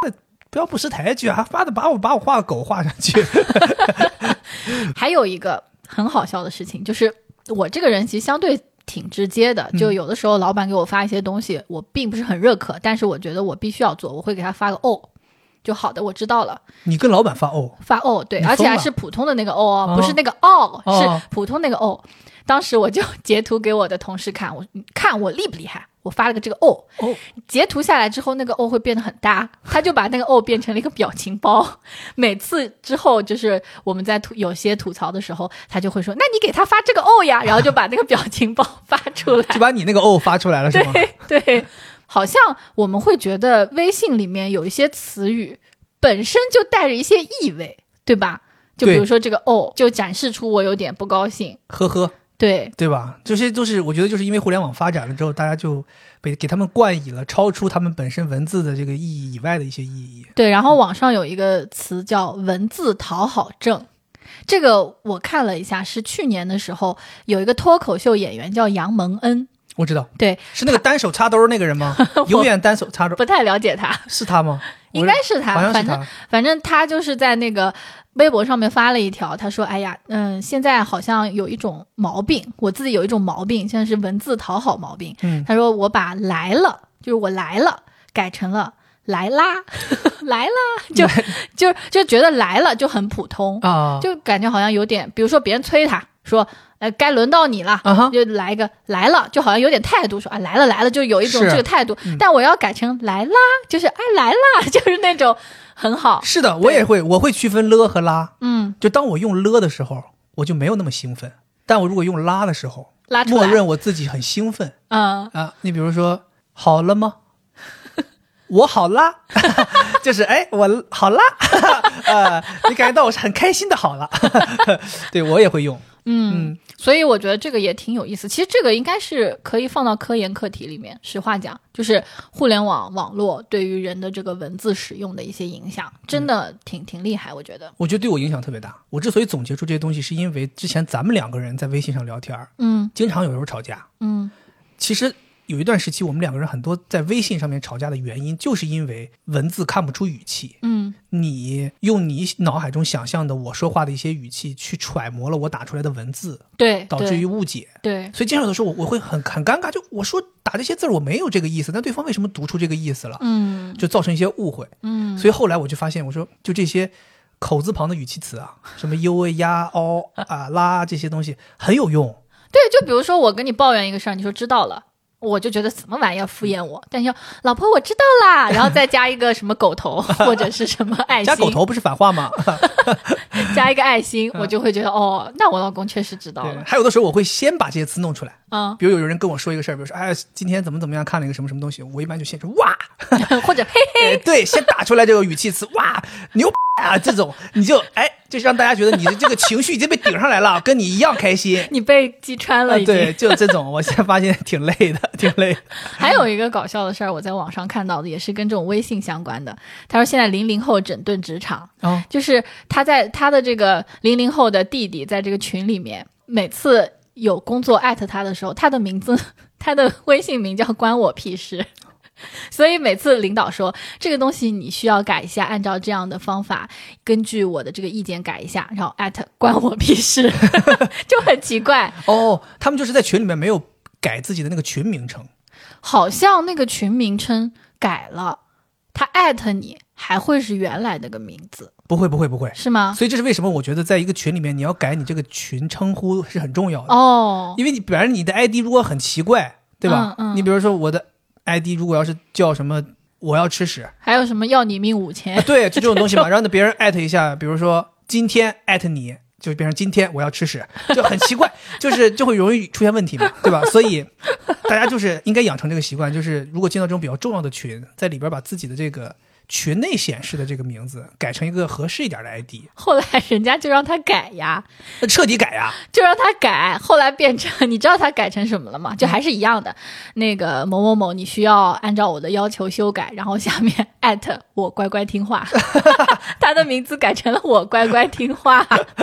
不要不识抬举啊，妈的把我把我画个狗画上去。 还有一个很好笑的事情，就是我这个人其实相对挺直接的，就有的时候老板给我发一些东西、嗯、我并不是很认可，但是我觉得我必须要做，我会给他发个哦，就好的我知道了。 你跟老板发哦？发哦，对，而且还是普通的那个哦，哦不是那个哦， 哦是普通那个哦。当时我就截图给我的同事看，我看我厉不厉害，我发了个这个哦，哦截图下来之后那个哦会变得很大，他就把那个哦变成了一个表情包。每次之后就是我们在吐有些吐槽的时候，他就会说那你给他发这个哦呀，然后就把那个表情包发出来， 就把你那个哦发出来了是吗？ 对对，好像我们会觉得微信里面有一些词语本身就带着一些意味，对吧？就比如说这个哦，就展示出我有点不高兴， 呵呵， 对对吧？这些都是我觉得就是因为互联网发展了之后，大家就被给他们冠以了超出他们本身文字的这个意义以外的一些意义。 对，然后网上有一个词叫文字讨好症，这个我看了一下，是去年的时候有一个脱口秀演员叫杨蒙恩。 我知道， 对， 是那个单手插兜那个人吗？永远单手插兜。 不太了解他， 是他吗？ 应该是他， 好像是他。 反正反正他就是在那个微博上面发了一条，他说：“哎呀，嗯，现在好像有一种毛病，我自己有一种毛病，现在是文字讨好毛病。嗯，他说我把来了，就是我来了，改成了来啦，来啦，就就就觉得来了就很普通啊，就感觉好像有点，比如说别人催他说。”呃，该轮到你了， uh-huh. 就来一个来了，就好像有点态度，说啊来了来了，就有一种这个态度。嗯、但我要改成来啦，就是哎来啦，就是那种很好。 是的，我也会，我会区分了和拉。 嗯， 就当我用了的时候，我就没有那么兴奋；但我如果用拉的时候， 拉出来， 默认我自己很兴奋。 嗯啊，你比如说，好了吗？我好啦，就是哎，我好啦，呃，你感觉到我是很开心的，好了，对我也会用。 嗯，所以我觉得这个也挺有意思。其实这个应该是可以放到科研课题里面。实话讲，就是互联网网络对于人的这个文字使用的一些影响，真的挺、嗯、挺厉害。我觉得， 我觉得对我影响特别大。我之所以总结出这些东西，是因为之前咱们两个人在微信上聊天， 嗯， 经常有时候吵架， 嗯， 其实。有一段时期我们两个人很多在微信上面吵架的原因就是因为文字看不出语气， 嗯， 你用你脑海中想象的我说话的一些语气去揣摩了我打出来的文字， 对， 导致于误解， 对， 所以经常有的时候我我会很很尴尬，就我说打这些字我没有这个意思，但对方为什么读出这个意思了， 嗯， 就造成一些误会， 嗯， 所以后来我就发现，我说就这些口字旁的语气词啊，什么 u 呀、哦啊、拉这些东西很有用， 对，就比如说我跟你抱怨一个事儿，你说知道了。我就觉得什么玩意儿敷衍我，但是老婆我知道啦，然后再加一个什么狗头或者是什么爱心， 加狗头不是反话吗？ 加一个爱心，我就会觉得哦，那我老公确实知道了。 还有的时候我会先把这些词弄出来， 嗯， 比如有人跟我说一个事儿，比如说哎，今天怎么怎么样看了一个什么什么东西，我一般就先说哇， 或者嘿嘿、 哎，对，先打出来这个语气词哇牛啊，这种你就哎，就是让大家觉得你的这个情绪已经被顶上来了，跟你一样开心， 你被击穿了已经、 啊、对，就这种，我现在发现挺累的，挺累的。 还有一个搞笑的事儿，我在网上看到的，也是跟这种微信相关的。他说现在零零后整顿职场， 哦， 就是他在他的这个零零后的弟弟在这个群里面，每次有工作艾特他的时候，他的名字，他的微信名叫关我屁事。所以每次领导说这个东西你需要改一下，按照这样的方法根据我的这个意见改一下，然后艾特关我屁事就很奇怪哦。他们就是在群里面没有改自己的那个群名称， 好像那个群名称改了，他艾特你还会是原来那个名字。 不会不会不会， 是吗？ 所以这是为什么我觉得在一个群里面你要改你这个群称呼是很重要的哦。 因为你比方你的 I D 如果很奇怪，对吧？ 嗯嗯， 你比如说我的I D 如果要是叫什么我要吃屎， 还有什么要你命五千、 啊、对，就这种东西嘛，让别人艾特一下，比如说今天艾特你就变成今天我要吃屎，就很奇怪就是就会容易出现问题嘛，对吧？所以大家就是应该养成这个习惯，就是如果进到这种比较重要的群，在里边把自己的这个群内显示的这个名字改成一个合适一点的 I D。 后来人家就让他改呀， 那彻底改呀， 就让他改，后来变成你知道他改成什么了吗？就还是一样的、嗯、那个某某某你需要按照我的要求修改，然后下面艾特我乖乖听话他的名字改成了我乖乖听话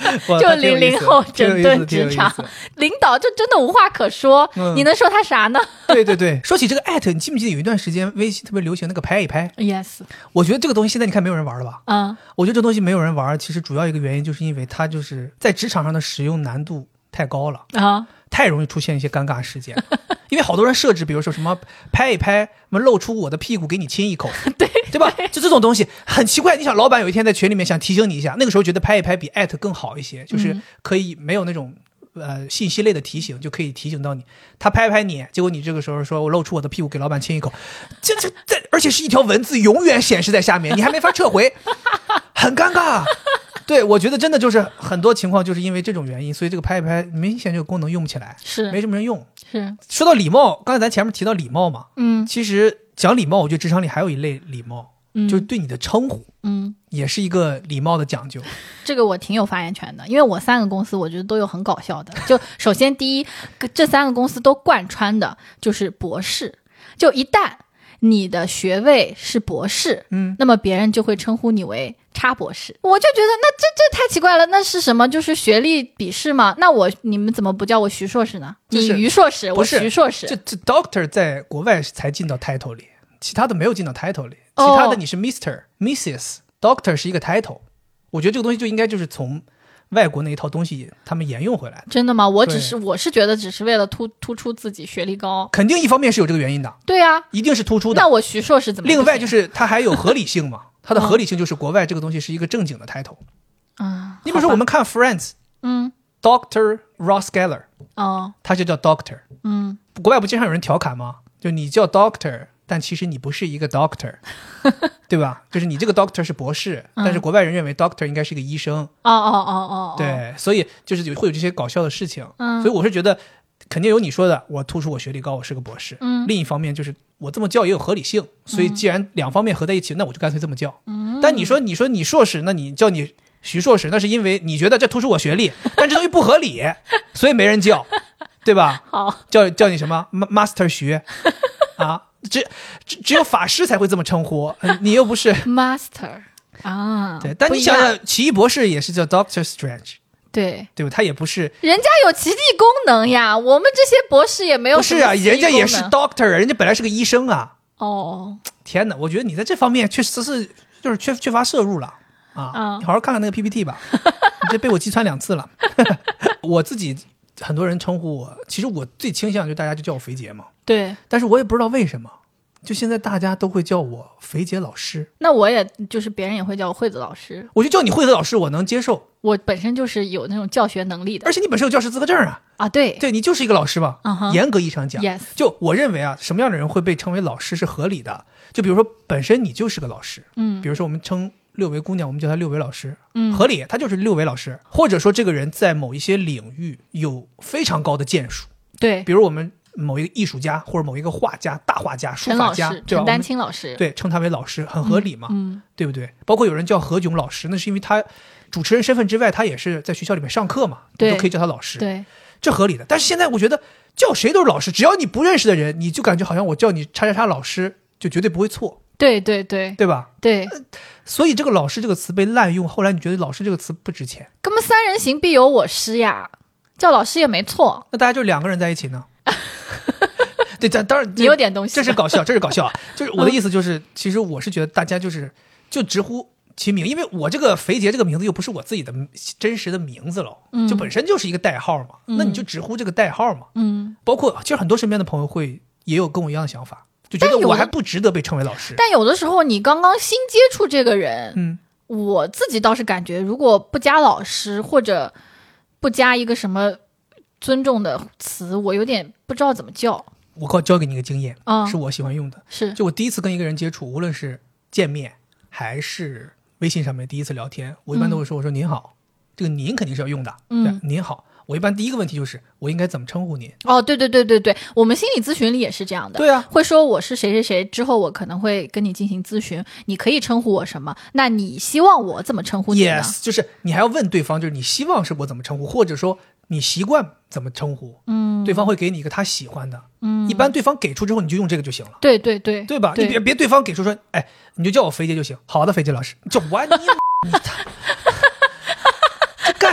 就零零后整顿职场，领导就真的无话可说、嗯、你能说他啥呢？ 对对对，说起这个艾特，你记不记得有一段时间微信特别流行那个拍一拍 Yes， 我觉得这个东西现在你看没有人玩了吧？ 嗯， 我觉得这东西没有人玩，其实主要一个原因就是因为它就是在职场上的使用难度太高了啊，太容易出现一些尴尬事件因为好多人设置比如说什么拍一拍什么露出我的屁股给你亲一口对对吧？就这种东西很奇怪，你想老板有一天在群里面想提醒你一下，那个时候觉得拍一拍比艾特更好一些，就是可以没有那种、嗯、呃信息类的提醒，就可以提醒到你，他拍拍你，结果你这个时候说我露出我的屁股给老板亲一口，这这这而且是一条文字永远显示在下面，你还没法撤回很尴尬。对，我觉得真的就是很多情况就是因为这种原因，所以这个拍一拍明显这个功能用不起来， 是没什么人用。 是说到礼貌，刚才咱前面提到礼貌嘛， 嗯， 其实讲礼貌，我觉得职场里还有一类礼貌，嗯，就是对你的称呼， 嗯， 也是一个礼貌的讲究。 这个我挺有发言权的，因为我三个公司我觉得都有很搞笑的。就首先第一，这三个公司都贯穿的就是博士，就一旦你的学位是博士， 嗯， 那么别人就会称呼你为差博士。我就觉得那这这太奇怪了，那是什么？就是学历鄙视吗？那我你们怎么不叫我徐硕士呢？你于硕士，我徐硕士。 这这 Doctor 在国外才进到 title 里，其他的没有进到 title 里，其他的你是 Mister、Missus、Doctor 是一个 title。我觉得这个东西就应该就是从外国那一套东西他们沿用回来的。 真的吗？我只是我是觉得只是为了突突出自己学历高， 肯定一方面是有这个原因的。 对啊， 一定是突出的。 那我徐硕士怎么？ 另外就是它还有合理性嘛，它的合理性就是国外这个东西是一个正经的 title。 啊， 你比如说我们看 Friends， 嗯 ，Doctor Ross Geller， 哦， 他就叫 Doctor， 嗯， 国外不经常有人调侃吗？就你叫 Doctor， 但其实你不是一个 Doctor， 对吧？就是你这个 Doctor 是博士，嗯、但是国外人认为 Doctor 应该是一个医生。 哦哦哦哦， 对，所以就是会有这些搞笑的事情。 嗯， 所以我是觉得肯定有你说的，我突出我学历高，我是个博士。 嗯， 另一方面就是我这么叫也有合理性，所以既然两方面合在一起，那我就干脆这么叫。嗯，但你说你说你硕士，那你叫你徐硕士，那是因为你觉得这突出我学历，但这东西不合理，所以没人叫，对吧？ 好， 叫叫你什么 Master 徐啊？只只只有法师才会这么称呼，你又不是 Master 啊？ 对，但你想想，奇异博士也是叫 Doctor Strange。 对对吧？他也不是， 人家有奇迹功能呀，我们这些博士也没有。 不是啊，人家也是 doctor， 人家本来是个医生啊。 哦， 天哪，我觉得你在这方面确实是就是缺缺乏摄入了啊！ 嗯、 你好好看看那个 P P T 吧，你这被我击穿两次了。我自己很多人称呼我，其实我最倾向就大家就叫我肥杰嘛。 对， 但是我也不知道为什么。就现在大家都会叫我肥杰老师， 那我也就是别人也会叫我惠子老师， 我就叫你惠子老师，我能接受。 我本身就是有那种教学能力的， 而且你本身有教师资格证啊。 啊，对对，你就是一个老师嘛。 uh-huh. 严格意义上讲 yes. 就我认为啊，什么样的人会被称为老师是合理的。就比如说本身你就是个老师， 嗯， 比如说我们称六维姑娘，我们叫她六维老师， 嗯， 合理，她就是六维老师。或者说这个人在某一些领域有非常高的建树， 对， 比如我们某一个艺术家或者某一个画家、大画家、书法家， 陈丹青老师， 对，称他为老师，很合理嘛， 嗯，嗯对不对？包括有人叫何炅老师，那是因为他主持人身份之外，他也是在学校里面上课嘛， 对， 都可以叫他老师， 对， 这合理的。但是现在我觉得叫谁都是老师，只要你不认识的人，你就感觉好像我叫你叉叉叉老师，就绝对不会错。 对对对， 对吧？ 对、 呃，所以这个老师这个词被滥用，后来你觉得老师这个词不值钱？ 根本三人行必有我师呀，叫老师也没错。 那大家就两个人在一起呢？对，当然你有点东西， 这是搞笑，这是搞笑。就是我的意思就是，嗯、其实我是觉得大家就是就直呼其名，因为我这个肥杰这个名字又不是我自己的真实的名字了， 嗯、 就本身就是一个代号嘛、嗯，那你就直呼这个代号嘛。 嗯， 包括其实很多身边的朋友会也有跟我一样的想法，就觉得我还不值得被称为老师。 但有的时候你刚刚新接触这个人， 嗯， 我自己倒是感觉，如果不加老师或者不加一个什么尊重的词，我有点不知道怎么叫。 我告教给你一个经验、 嗯、 是我喜欢用的， 是就我第一次跟一个人接触，无论是见面还是微信上面第一次聊天，我一般都会说、嗯、我说您好，这个您肯定是要用的， 嗯， 对，您好。我一般第一个问题就是我应该怎么称呼您？ 哦，对对对对对，我们心理咨询里也是这样的。 对啊， 会说我是谁谁谁之后，我可能会跟你进行咨询，你可以称呼我什么？那你希望我怎么称呼你呢 ？Yes， 就是你还要问对方，就是你希望是我怎么称呼，或者说你习惯怎么称呼？ 嗯， 对方会给你一个他喜欢的。 嗯， 一般对方给出之后，你就用这个就行了。 对对对， 对吧？ 对你别别对方给出说，哎，你就叫我肥姐就行。好的，肥姐老师，你叫我你你他。干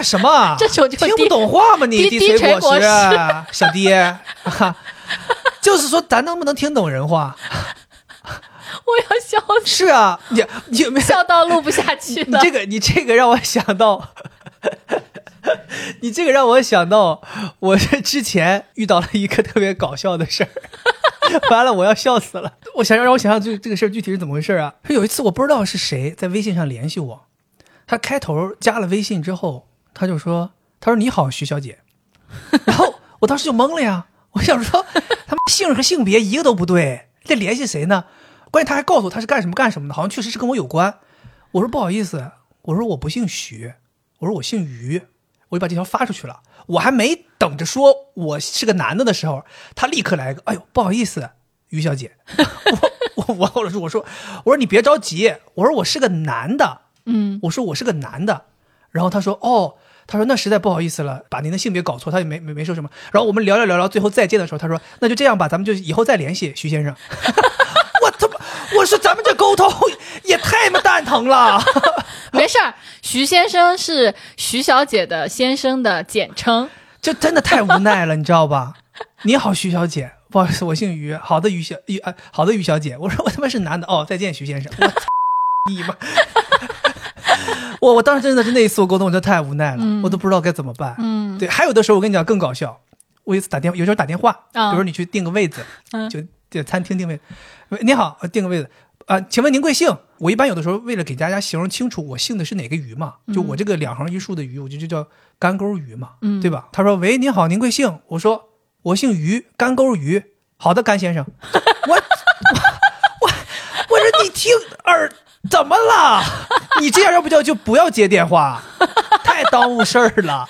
干什么？ 这种就听不懂话吗？你低低垂果实，小爹、啊，就是说咱能不能听懂人话？ 我要笑死！ 是啊，你你有没有笑到录不下去了？ 你这个你这个让我想到，你这个让我想到，我是之前遇到了一个特别搞笑的事儿，完了我要笑死了。我想让我想想这这个事儿具体是怎么回事啊？是有一次我不知道是谁在微信上联系我，他开头加了微信之后，他就说他说你好徐小姐，然后我当时就懵了呀，我想说他们姓和性别一个都不对，这联系谁呢？关键他还告诉我他是干什么干什么的，好像确实是跟我有关。我说不好意思，我说我不姓徐，我说我姓于，我就把这条发出去了。我还没等着说我是个男的的时候，他立刻来一个，哎呦不好意思，于小姐，我我我我说我说我说你别着急，我说我是个男的， 嗯， 我说我是个男的，然后他说哦。他说那实在不好意思了，把您的性别搞错，他也没没没说什么。然后我们聊聊聊聊，最后再见的时候，他说那就这样吧，咱们就以后再联系，徐先生。我他妈，我说咱们这沟通也太么蛋疼了。 没事儿，徐先生是徐小姐的先生的简称， 这真的太无奈了，你知道吧？你好，徐小姐，不好意思，我姓于。好的，于小于啊，好的，于小姐。我说我他妈是男的哦，再见，徐先生。我操你妈！我我当时真的是那一次我沟通我真的太无奈了、嗯、我都不知道该怎么办。 嗯， 对，还有的时候我跟你讲更搞笑，我有一次打电话，有时候打电话、哦、比如说你去订个位子、嗯、就就餐厅订位子，你好订个位子啊、呃，请问您贵姓？我一般有的时候为了给大家形容清楚我姓的是哪个鱼嘛，就我这个两横一竖的鱼我就就叫干钩鱼嘛、嗯、对吧？他说喂您好您贵姓？我说我姓于，干钩鱼。好的，甘先生。我我我我说你听耳怎么了？你这样要不就就不要接电话，太耽误事儿了，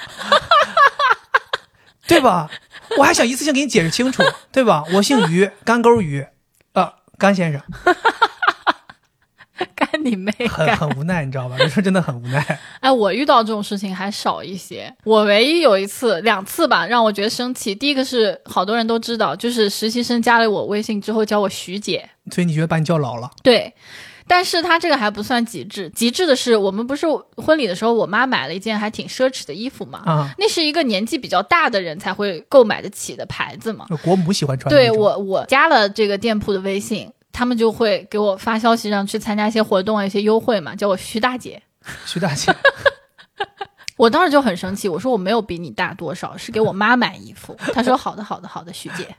对吧？我还想一次性给你解释清楚，对吧？我姓于，干钩鱼，啊，甘先生。 干你妹！ 很很无奈，你知道吧？有时候真的很无奈。 哎，我遇到这种事情还少一些。我唯一有一次、两次吧，让我觉得生气。第一个是好多人都知道，就是实习生加了我微信之后叫我徐姐， 所以你觉得把你叫老了？ 对。但是他这个还不算极致，极致的是我们不是婚礼的时候我妈买了一件还挺奢侈的衣服嘛、啊、那是一个年纪比较大的人才会购买得起的牌子嘛， 国母喜欢穿的。 对，我我加了这个店铺的微信，他们就会给我发消息让去参加一些活动啊，一些优惠嘛，叫我徐大姐。 徐大姐。 我当时就很生气，我说我没有比你大多少，是给我妈买衣服。她说好的好的好的徐姐。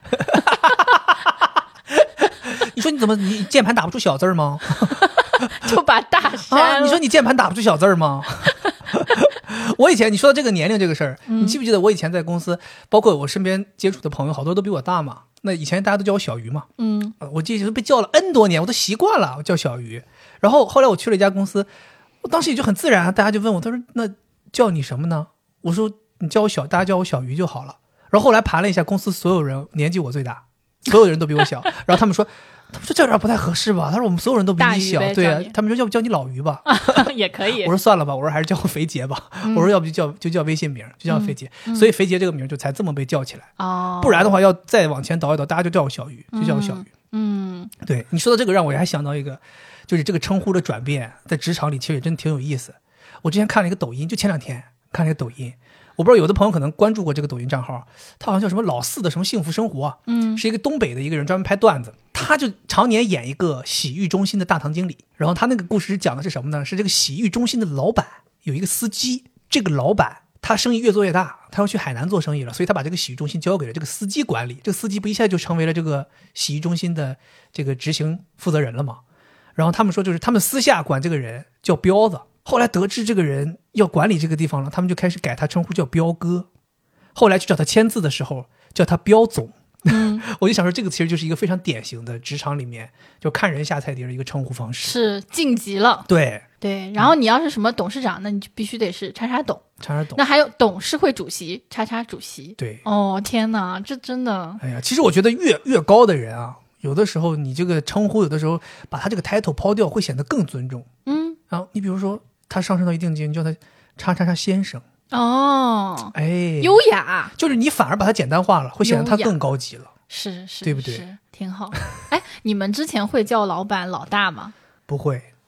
你说你怎么你键盘打不出小字吗？ 就把大删了、 啊、你说你键盘打不出小字吗？我以前你说到这个年龄这个事儿、嗯、你记不记得我以前在公司，包括我身边接触的朋友好多都比我大嘛，那以前大家都叫我小鱼嘛， 嗯， 我记得被叫了 N 多年，我都习惯了，我叫小鱼。然后后来我去了一家公司，我当时也就很自然，大家就问我，他说那叫你什么呢？我说你叫我小，大家叫我小鱼就好了。然后后来盘了一下，公司所有人年纪我最大，所有人都比我小，然后他们说他们说这有点不太合适吧，他说我们所有人都比你小，对啊，他们说要不叫你老于吧。 也可以。 我说算了吧，我说还是叫我肥杰吧、嗯、我说要不就叫就叫微信名，就叫肥杰、嗯、所以肥杰这个名就才这么被叫起来、哦、不然的话要再往前倒一倒，大家就叫我小鱼，就叫我小鱼。 嗯， 对，你说到这个让我还想到一个，就是这个称呼的转变在职场里其实也真挺有意思。我之前看了一个抖音，就前两天看了一个抖音，我不知道有的朋友可能关注过这个抖音账号，他好像叫什么老四的什么幸福生活啊，嗯，是一个东北的一个人专门拍段子，他就常年演一个洗浴中心的大堂经理。然后他那个故事讲的是什么呢？是这个洗浴中心的老板有一个司机，这个老板他生意越做越大，他要去海南做生意了，所以他把这个洗浴中心交给了这个司机管理。这个司机不一下就成为了这个洗浴中心的这个执行负责人了嘛？然后他们说就是他们私下管这个人叫彪子，后来得知这个人要管理这个地方了，他们就开始改他称呼叫彪哥，后来去找他签字的时候叫他彪总。嗯，我就想说这个其实就是一个非常典型的职场里面就看人下菜碟的一个称呼方式， 是晋级了。 对对，然后你要是什么董事长，那你就必须得是叉叉董， 叉叉董。 那还有董事会主席，叉叉主席。 对， 哦天哪，这真的， 哎呀，其实我觉得越越高的人啊，有的时候你这个称呼有的时候把他这个 title 抛掉会显得更尊重。嗯，然后你比如说他上升到一定级，你叫他叉叉叉先生。 哦， 哎， 优雅， 就是你反而把它简单化了，会显得它更高级了。 是是， 对不对？ 是挺好。哎，你们之前会叫老板老大吗？ 不会，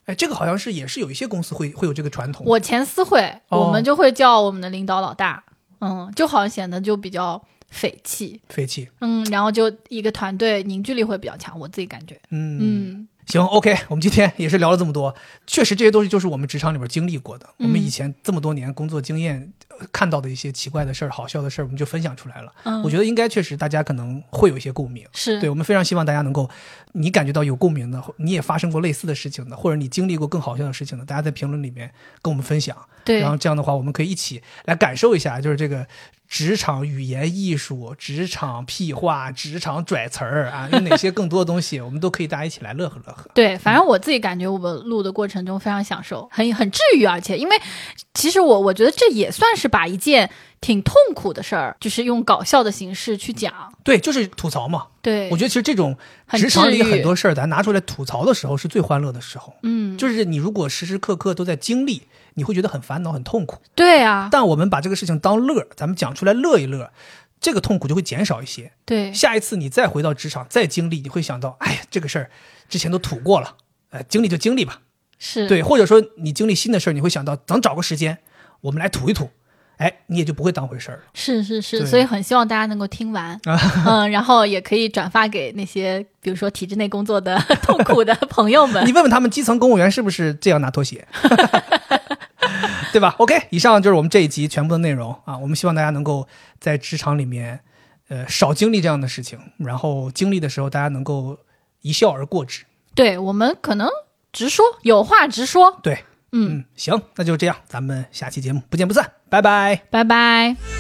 哎，这个好像是也是有一些公司会会有这个传统。 我前司会、 哦、 我们就会叫我们的领导老大，嗯，就好像显得就比较匪气， 匪气， 嗯，然后就一个团队凝聚力会比较强，我自己感觉， 嗯嗯。 行 OK， 我们今天也是聊了这么多，确实这些东西就是我们职场里边经历过的、嗯、我们以前这么多年工作经验看到的一些奇怪的事儿、好笑的事儿，我们就分享出来了、嗯、我觉得应该确实大家可能会有一些共鸣， 是对，我们非常希望大家能够你感觉到有共鸣的，你也发生过类似的事情的，或者你经历过更好笑的事情的，大家在评论里面跟我们分享， 对， 然后这样的话我们可以一起来感受一下，就是这个职场语言艺术、职场屁话、职场拽词儿啊，有哪些更多的东西我们都可以大家一起来乐呵乐呵。 对，反正我自己感觉我们录的过程中非常享受，很很治愈，而且因为其实我我觉得这也算是把一件挺痛苦的事儿，就是用搞笑的形式去讲。 对，就是吐槽嘛。 对， 我觉得其实这种职场里很多事儿咱拿出来吐槽的时候是最欢乐的时候。 嗯， 就是你如果时时刻刻都在经历，你会觉得很烦恼很痛苦。 对啊， 但我们把这个事情当乐，咱们讲出来乐一乐，这个痛苦就会减少一些。 对， 下一次你再回到职场再经历，你会想到哎呀这个事儿之前都吐过了，呃，经历就经历吧。 是，对， 或者说你经历新的事儿，你会想到咱找个时间我们来吐一吐，哎，你也就不会当回事儿了。 是是是，所以很希望大家能够听完嗯，然后也可以转发给那些比如说体制内工作的痛苦的朋友们。 你问问他们基层公务员是不是这样拿拖鞋对吧 OK， 以上就是我们这一集全部的内容啊。我们希望大家能够在职场里面呃少经历这样的事情，然后经历的时候大家能够一笑而过之。 对，我们可能直说，有话直说。 对，嗯嗯，行，那就这样，咱们下期节目不见不散，拜拜， 拜拜。